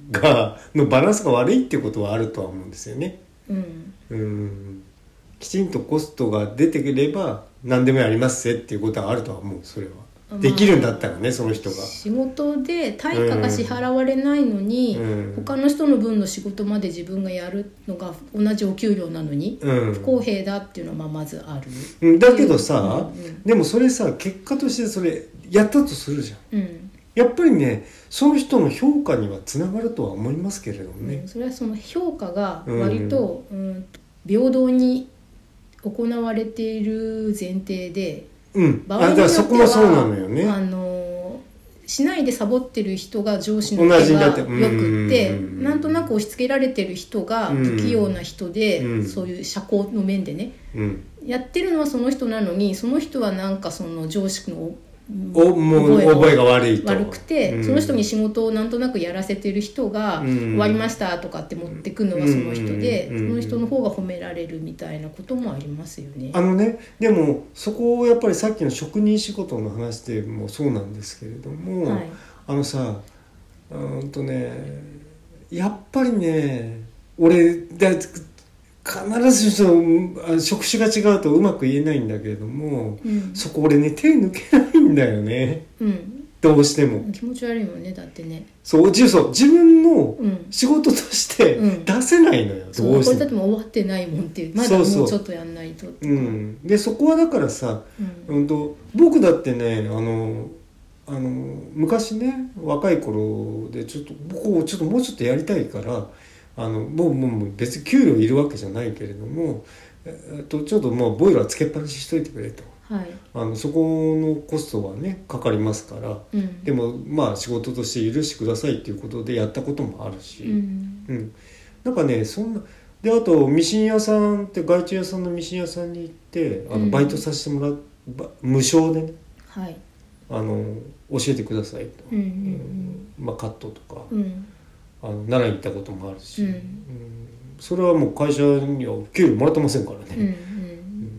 がのバランスが悪いっていうことはあるとは思うんですよね。 うん、 うんきちんとコストが出てくれば何でもやりますぜっていうことはあるとは思う。それはできるんだったらね、その人が仕事で対価が支払われないのに、うん、他の人の分の仕事まで自分がやるのが同じお給料なのに、うん、不公平だっていうのはまずある。だけどさ、うんうん、でもそれさ結果としてそれやったとするじゃん、うん、やっぱりねその人の評価にはつながるとは思いますけれどもね、 うん、それはその評価が割と、うんうん、平等に行われている前提で、 うん、場合によってはそこもそうなのよね。 あのしないでサボってる人が上司の手がよくって、なんとなく押し付けられてる人が不器用な人で、うん、そういう社交の面でね、うん、やってるのはその人なのに、その人はなんかその上司のおもう覚えが悪いと悪くて、うん、その人に仕事をなんとなくやらせてる人が、うん、終わりましたとかって持ってくのはその人で、うん、その人の方が褒められるみたいなこともありますよね。 あのね、でもそこをやっぱりさっきの職人仕事の話でもそうなんですけれども、はい、あのさうんとねやっぱりね俺だ必ずしも職種が違うとうまく言えないんだけれども、うん、そこ俺ね手抜けないんだよね、うん、どうしても気持ち悪いもんね。だってねそうそう自分の仕事として出せないのよ、うん、 どうしてもこれだっても終わってないもんっていうまだもうちょっとやんないとそうそう、うん、でそこはだからさ、うんうん、と僕だってねあのあの昔ね若い頃でちょっと僕ちょっともうちょっとやりたいからあのもうもう別に給料いるわけじゃないけれども、えっと、ちょっともうボイラーつけっぱなししといてくれと、はい、あのそこのコストはねかかりますから、うん、でもまあ仕事として許してくださいっていうことでやったこともあるし、うんうん、なんかねそんなであとミシン屋さんって外注屋さんのミシン屋さんに行ってあのバイトさせてもらう、うん、無償でね、はい、あの教えてくださいと、うんうんうんまあ、カットとか、うんあの奈良に行ったこともあるし、うんうん、それはもう会社には給料もらってませんからね、うんうんうん、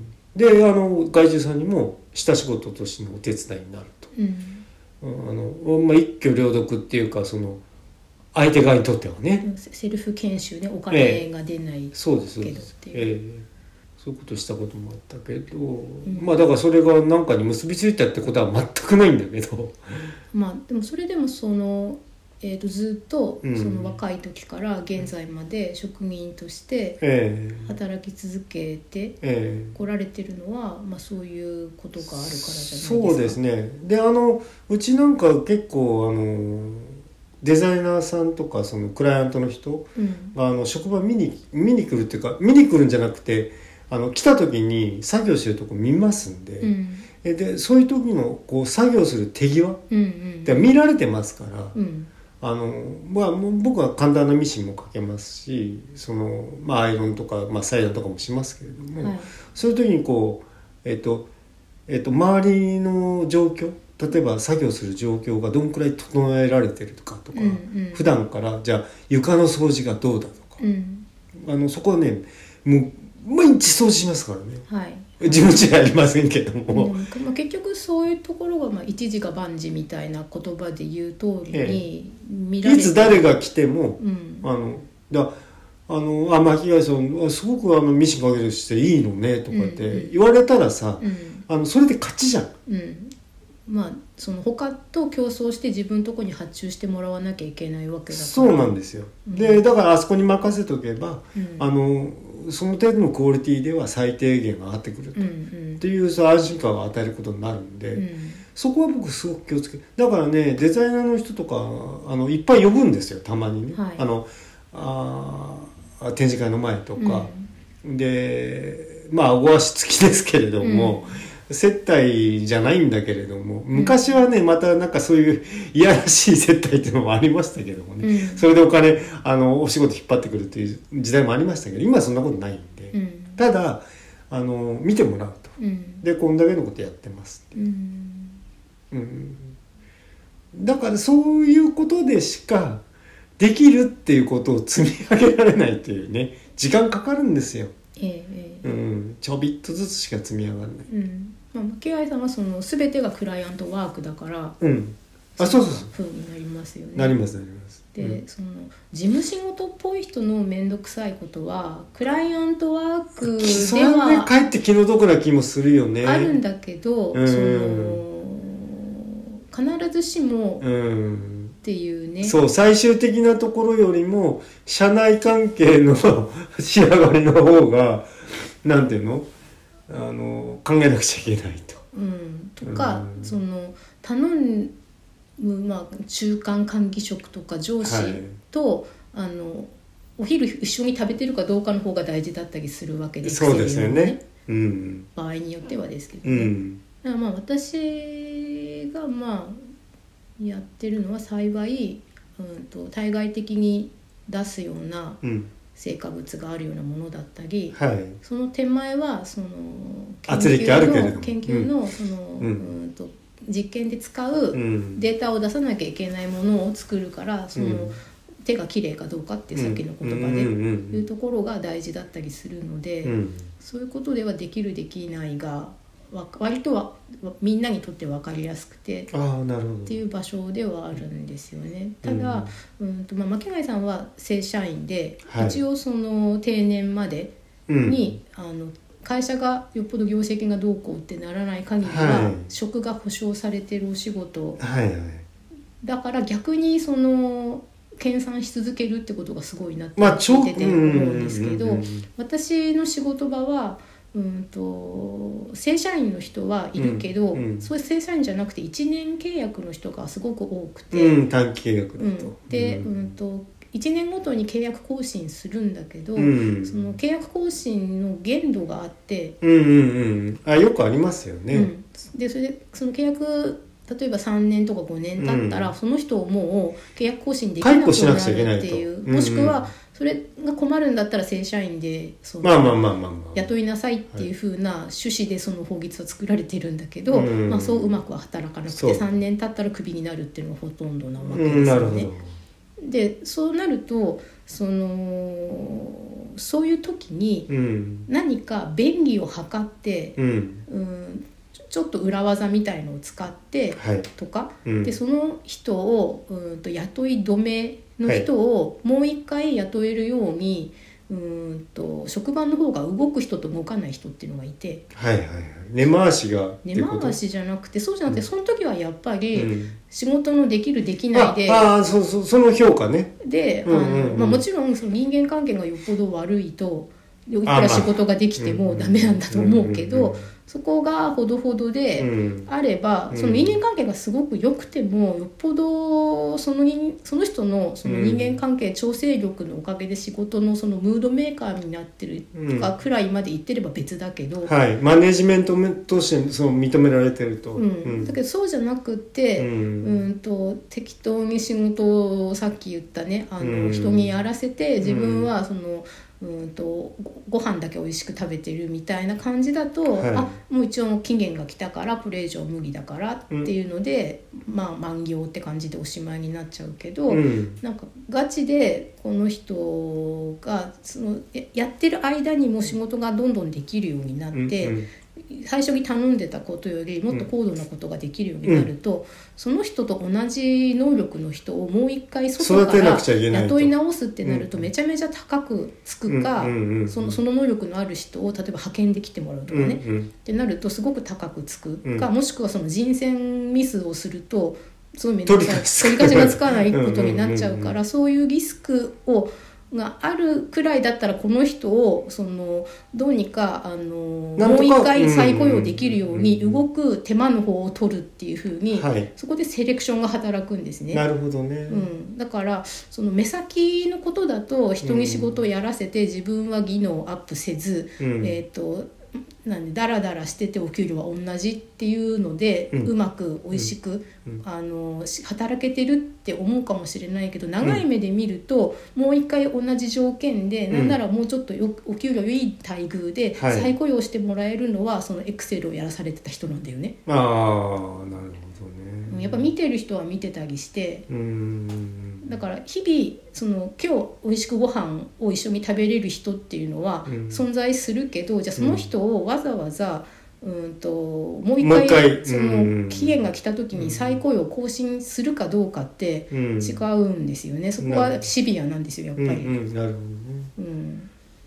であの外注さんにも下仕事としてのお手伝いになると、うん、あのまあ、一挙両得っていうかその相手側にとってはねセルフ研修でお金が出ない、えー、 そうですそうです、えー、そういうことしたこともあったけど、うん、まあだからそれが何かに結びついたってことは全くないんだけどまあでもそれでもそのえー、とずっとその若い時から現在まで職人として働き続けて来られてるのは、まあ、そういうことがあるからじゃないですか。 そうですね。であのうちなんか結構あのデザイナーさんとかそのクライアントの人が、うん、あの職場見に見に来るっていうか見に来るんじゃなくてあの来た時に作業してるとこ見ますんで、うん、でそういう時のこう作業する手際、うんうん、で見られてますから。うんあのまあ、僕は簡単なミシンもかけますしその、まあ、アイロンとか、まあ、裁断とかもしますけれども、はい、そういう時にこう、えっとえっと、周りの状況例えば作業する状況がどんくらい整えられてるかとか、うんうん、普段からじゃあ床の掃除がどうだとか、うん、あのそこはねもう毎日掃除しますからね、はい、自分じゃありませんけども、うんまあ、結局そういうところが、まあ、一時が万事みたいな言葉で言う通りに見られて、 ええ、いつ誰が来ても、うん、あのだあのあ巻貝さんすごくあのミシンかけるしていいのねとかって言われたらさ、うんうん、あのそれで勝ちじゃん、うん、 まあその他と競争して自分のとこに発注してもらわなきゃいけないわけだからそうなんですよ、うん、でだからあそこに任せとけば、うん、あのその程度のクオリティでは最低限上がってくると、うんうん、っていうそう安心感を与えることになるんで、うん、そこは僕すごく気をつけだからねデザイナーの人とかあのいっぱい呼ぶんですよたまにね、はい、あのあ展示会の前とか、うん、でまあご足付きですけれども、うん、接待じゃないんだけれども昔はねまたなんかそういういやらしい接待っていうのもありましたけどもね、うん、それでお金あのお仕事引っ張ってくるっていう時代もありましたけど今はそんなことないんで、うん、ただあの見てもらうと、うん、でこんだけのことやってますって、うんうん、だからそういうことでしかできるっていうことを積み上げられないっていうね時間かかるんですよ、ええうん、ちょびっとずつしか積み上がらない、うんまあ、巻貝さんはその全てがクライアントワークだから、 うん、あそうそうそう風になりますよね。 なりますなります。 で、うん、その事務仕事っぽい人の面倒くさいことはクライアントワークではそれはね、かえって気の毒な気もするよね。 あるんだけど、うん、その必ずしも、うんっていうね、 そう最終的なところよりも社内関係の仕上がりの方がなんていうの、あの考えなくちゃいけないと。 うん、とか、うん、その頼む、まあ、中間管理職とか上司と、はい、あのお昼一緒に食べてるかどうかの方が大事だったりするわけですそうですよね、うん、 場合によってはですけどね、うん、だからまあ私がまあやってるのは幸い、うん、と対外的に出すような成果物があるようなものだったり、うんはい、その手前はその研究の、研究のその、うんうん、と実験で使うデータを出さなきゃいけないものを作るから、うん、その手がきれいかどうかっていうさっきの言葉でいうところが大事だったりするので、うん、そういうことではできるできないが割とはみんなにとって分かりやすくてあーなるほどっていう場所ではあるんですよね。ただ、うんうんとまあ、巻貝さんは正社員で、はい、一応その定年までに、うん、あの会社がよっぽど業績がどうこうってならない限りは、はい、職が保障されてるお仕事、はいはい、だから逆にその研鑽し続けるってことがすごいなって聞いてて思うんですけど、私の仕事場はうんと正社員の人はいるけど、うんうん、そういう正社員じゃなくていちねん契約の人がすごく多くて、 うん、短期契約だと、うん、 で、うん、といちねんごとに契約更新するんだけど、うん、その契約更新の限度があって、 うんうんうん、あよくありますよね、うん、 でそれでその契約例えばさんねんとかごねん経ったら、うん、その人をもう契約更新できなくなるっていう、もしくはそれが困るんだったら正社員でその雇いなさいっていう風な趣旨でその法律は作られてるんだけど、はいまあ、そううまくは働かなくてさんねん経ったらクビになるっていうのがほとんどなわけですよね。でそうなるとそのそういう時に何か便宜を図って、うんうんちょっと裏技みたいのを使ってとか、はいうん、でその人をうんと雇い止めの人をもう一回雇えるように、はい、うんと職場の方が動く人と動かない人っていうのがいて、 はいはいはい、根回しが根回しじゃなくてそうじゃなくて、うん、その時はやっぱり仕事のできるできないで、 ああそそその評価ねで、うんうんうんまあ、もちろんその人間関係がよっぽど悪いといくら仕事ができてもダメなんだと思うけど、そこがほどほどであれば、うん、その人間関係がすごく良くてもよっぽどその人、その人のその人間関係調整力のおかげで仕事のそのムードメーカーになってるとかくらいまで言ってれば別だけど、 うんはい、マネジメントとしてその認められてると、 うんうん、だけどそうじゃなくて、うんうんと適当に仕事をさっき言ったねあの、うん、人にやらせて自分はそのうんとご飯だけ美味しく食べてるみたいな感じだと、はい、あもう一応期限が来たからこれ以上無理だからっていうので、うん、まあ満行って感じでおしまいになっちゃうけど、うん、なんかガチでこの人がそのやってる間にも仕事がどんどんできるようになって、うんうん最初に頼んでたことよりもっと高度なことができるようになると、うん、その人と同じ能力の人をもう一回外から雇い直すってなるとめちゃめちゃ高くつくか、その、その能力のある人を例えば派遣で来てもらうとかね、うんうん、ってなるとすごく高くつくか、うん、もしくはその人選ミスをするとすごいめんどくさい取り返しがつかないことになっちゃうから、そういうリスクをがあるくらいだったらこの人をそのどうにかあのもう一回再雇用できるように動く手間の方を取るっていう風に、はい、そこでセレクションが働くんですね。 なるほどね、 うん、だからその目先のことだと人に仕事をやらせて自分は技能アップせず、うん、えーとなんでダラダラしててお給料は同じっていうので、うん、うまく美味しく、うん、あの働けてるって思うかもしれないけど長い目で見ると、うん、もう一回同じ条件で、うん、なんならもうちょっとよお給料いい待遇で再雇用してもらえるのは、はい、そのエクセルをやらされてた人なんだよね。 ああなるほどね。 やっぱ見てる人は見てたりしてうーんだから日々その今日美味しくご飯を一緒に食べれる人っていうのは存在するけど、うん、じゃあその人をわざわざうんともう一回、回その期限が来た時に再雇用を更新するかどうかって違うんですよね、うん、そこはシビアなんですよやっぱり。 うんうん、なるほどね、うんうん、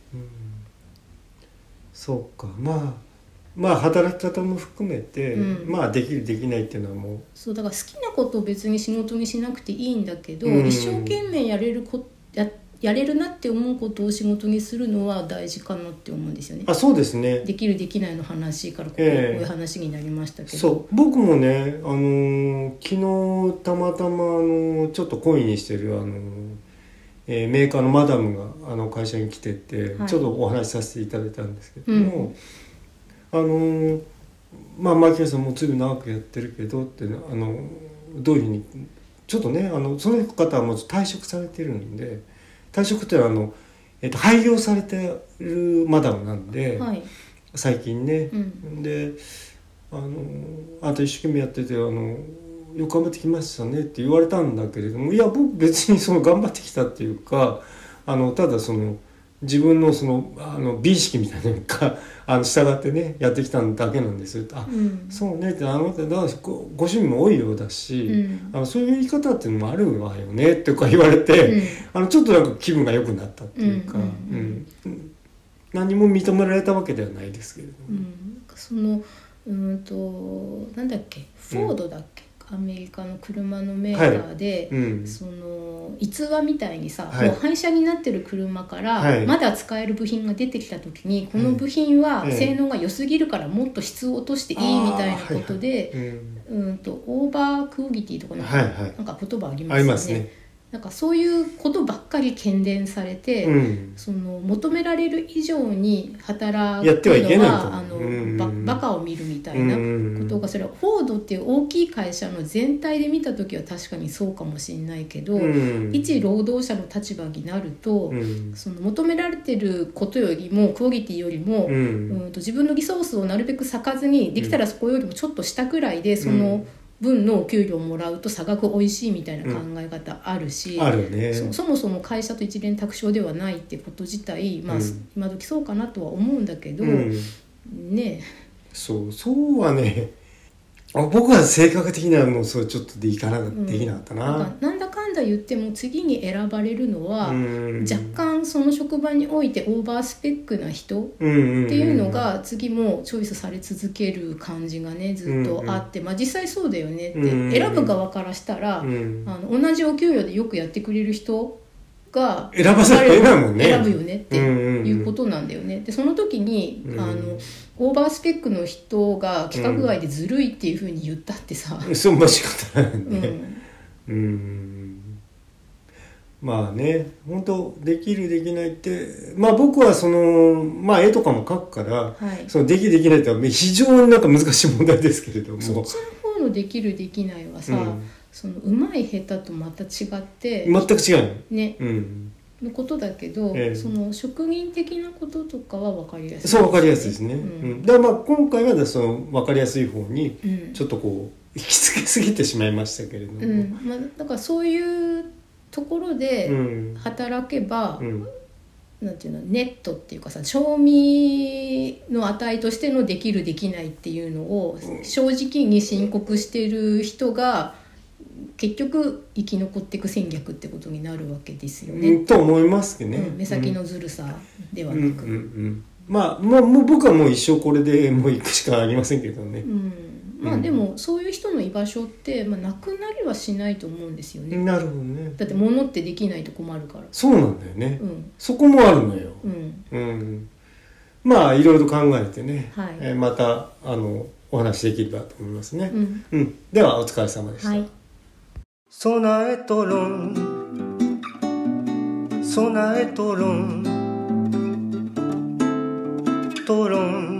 そうか、まあまあ働き方も含めて、うん、まあできるできないっていうのはもうそうだから好きなことを別に仕事にしなくていいんだけど、うん、一生懸命やれるこややれるなって思うことを仕事にするのは大事かなって思うんですよね。 あ、そうですね。 できるできないの話からここ、えー、こういう話になりましたけど。 そう僕もね、あのー、昨日たまたま、あのー、ちょっと懇意にしてる、あのーえー、メーカーのマダムがあの会社に来てて、はい、ちょっとお話しさせていただいたんですけども、うん、あのー、まあマキアさんもずいぶん長くやってるけどって、あのどういうふうにちょっとね、あのその方はもう退職されてるんで、退職っていうのはあの、えっと、廃業されてるマダムなんで、はい、最近ね、うん、であのあんた一生懸命やっててあのよく頑張ってきましたねって言われたんだけれども、いや僕別にその頑張ってきたっていうか、あのただその自分のそのあの美意識みたいなのかあの従ってねやってきただけなんですよ。あ、うん、そうねって、あのだからご趣味も多いようだし、うん、あのそういう言い方っていうのもあるわよねとか言われて、うん、あのちょっとなんか気分が良くなったっていうか、うんうんうん、何も認められたわけではないですけれども、うん、 そのうんとなんだっけフォードだっけ、アメリカの車のメーカーで、はい、うん、その逸話みたいにさ、はい、もう廃車になってる車から、はい、まだ使える部品が出てきた時に、この部品は性能が良すぎるからもっと質を落としていいみたいなことで、はいはい、うんとオーバークオギティとかなんか、はいはい、なんか言葉ありますよね。ありますね。なんかそういうことばっかり喧伝されて、うん、その求められる以上に働くのはあの、うん、バ, バカを見るみたいなことが、それはフォードっていう大きい会社の全体で見た時は確かにそうかもしれないけど、うん、一労働者の立場になると、うん、その求められてることよりもクオリティよりも、うんうん、と自分のリソースをなるべく割かずに、できたらそこよりもちょっと下くらいでその、うん分のお給料をもらうと差額美味しいみたいな考え方あるし、うん、あるね、そ, そもそも会社と一連卓勝ではないってこと自体、まあ、うん、今時そうかなとは思うんだけど、うん、ねそうそうはね、あ僕は性格的にはもうそうちょっとでいかな、うん、できなかったな。 なんかなんだかんだ言っても次に選ばれるのは、うん、若干その職場においてオーバースペックな人っていうのが次もチョイスされ続ける感じがねずっとあって、うん、まあ、実際そうだよねって、うん、選ぶ側からしたら、うん、あの同じお給料でよくやってくれる人が選ばざるを得ないもんね。 選ぶよねっていうことなんだよね。でその時に、うん、あのオーバースペックの人が規格外でずるいっていう風に言ったってさ、 うん、そう間違ったないね、うん、うんまあね、本当できるできないって、まあ僕はそのまあ絵とかも描くから、はい、そのできるできないって非常になんか難しい問題ですけれども、 そっちの方のできるできないはさ、うん、その上手い下手とまた違って全く違うね、 うん、 のことだけど、えー、その職人的なこととかは分かりやすいですね。そう分かりやすいですね、うんうん、だからまあ今回はその分かりやすい方にちょっとこう引きつけすぎてしまいましたけれども、うんまあ、だからそういうところで働けば、うん、なんていうのネットっていうかさ、賞味の値としてのできるできないっていうのを正直に申告してる人が結局生き残っていく戦略ってことになるわけですよね、 うん、と思いますけどね、 うん、目先のずるさではなく、うんうんうん、 まあ、まあもう僕はもう一生これでもう行くしかありませんけどね、うんまあ、でもそういう人の居場所って、まあ、なくなりはしないと思うんですよね。 なるほどね。 だって物ってできないと困るから。 そうなんだよね、うん、そこもあるのよ、うんうん、まあいろいろ考えてね、はいえー、またあのお話できればと思いますね、うんうん、ではお疲れ様でした、はい、備えとろん備えとろんとろん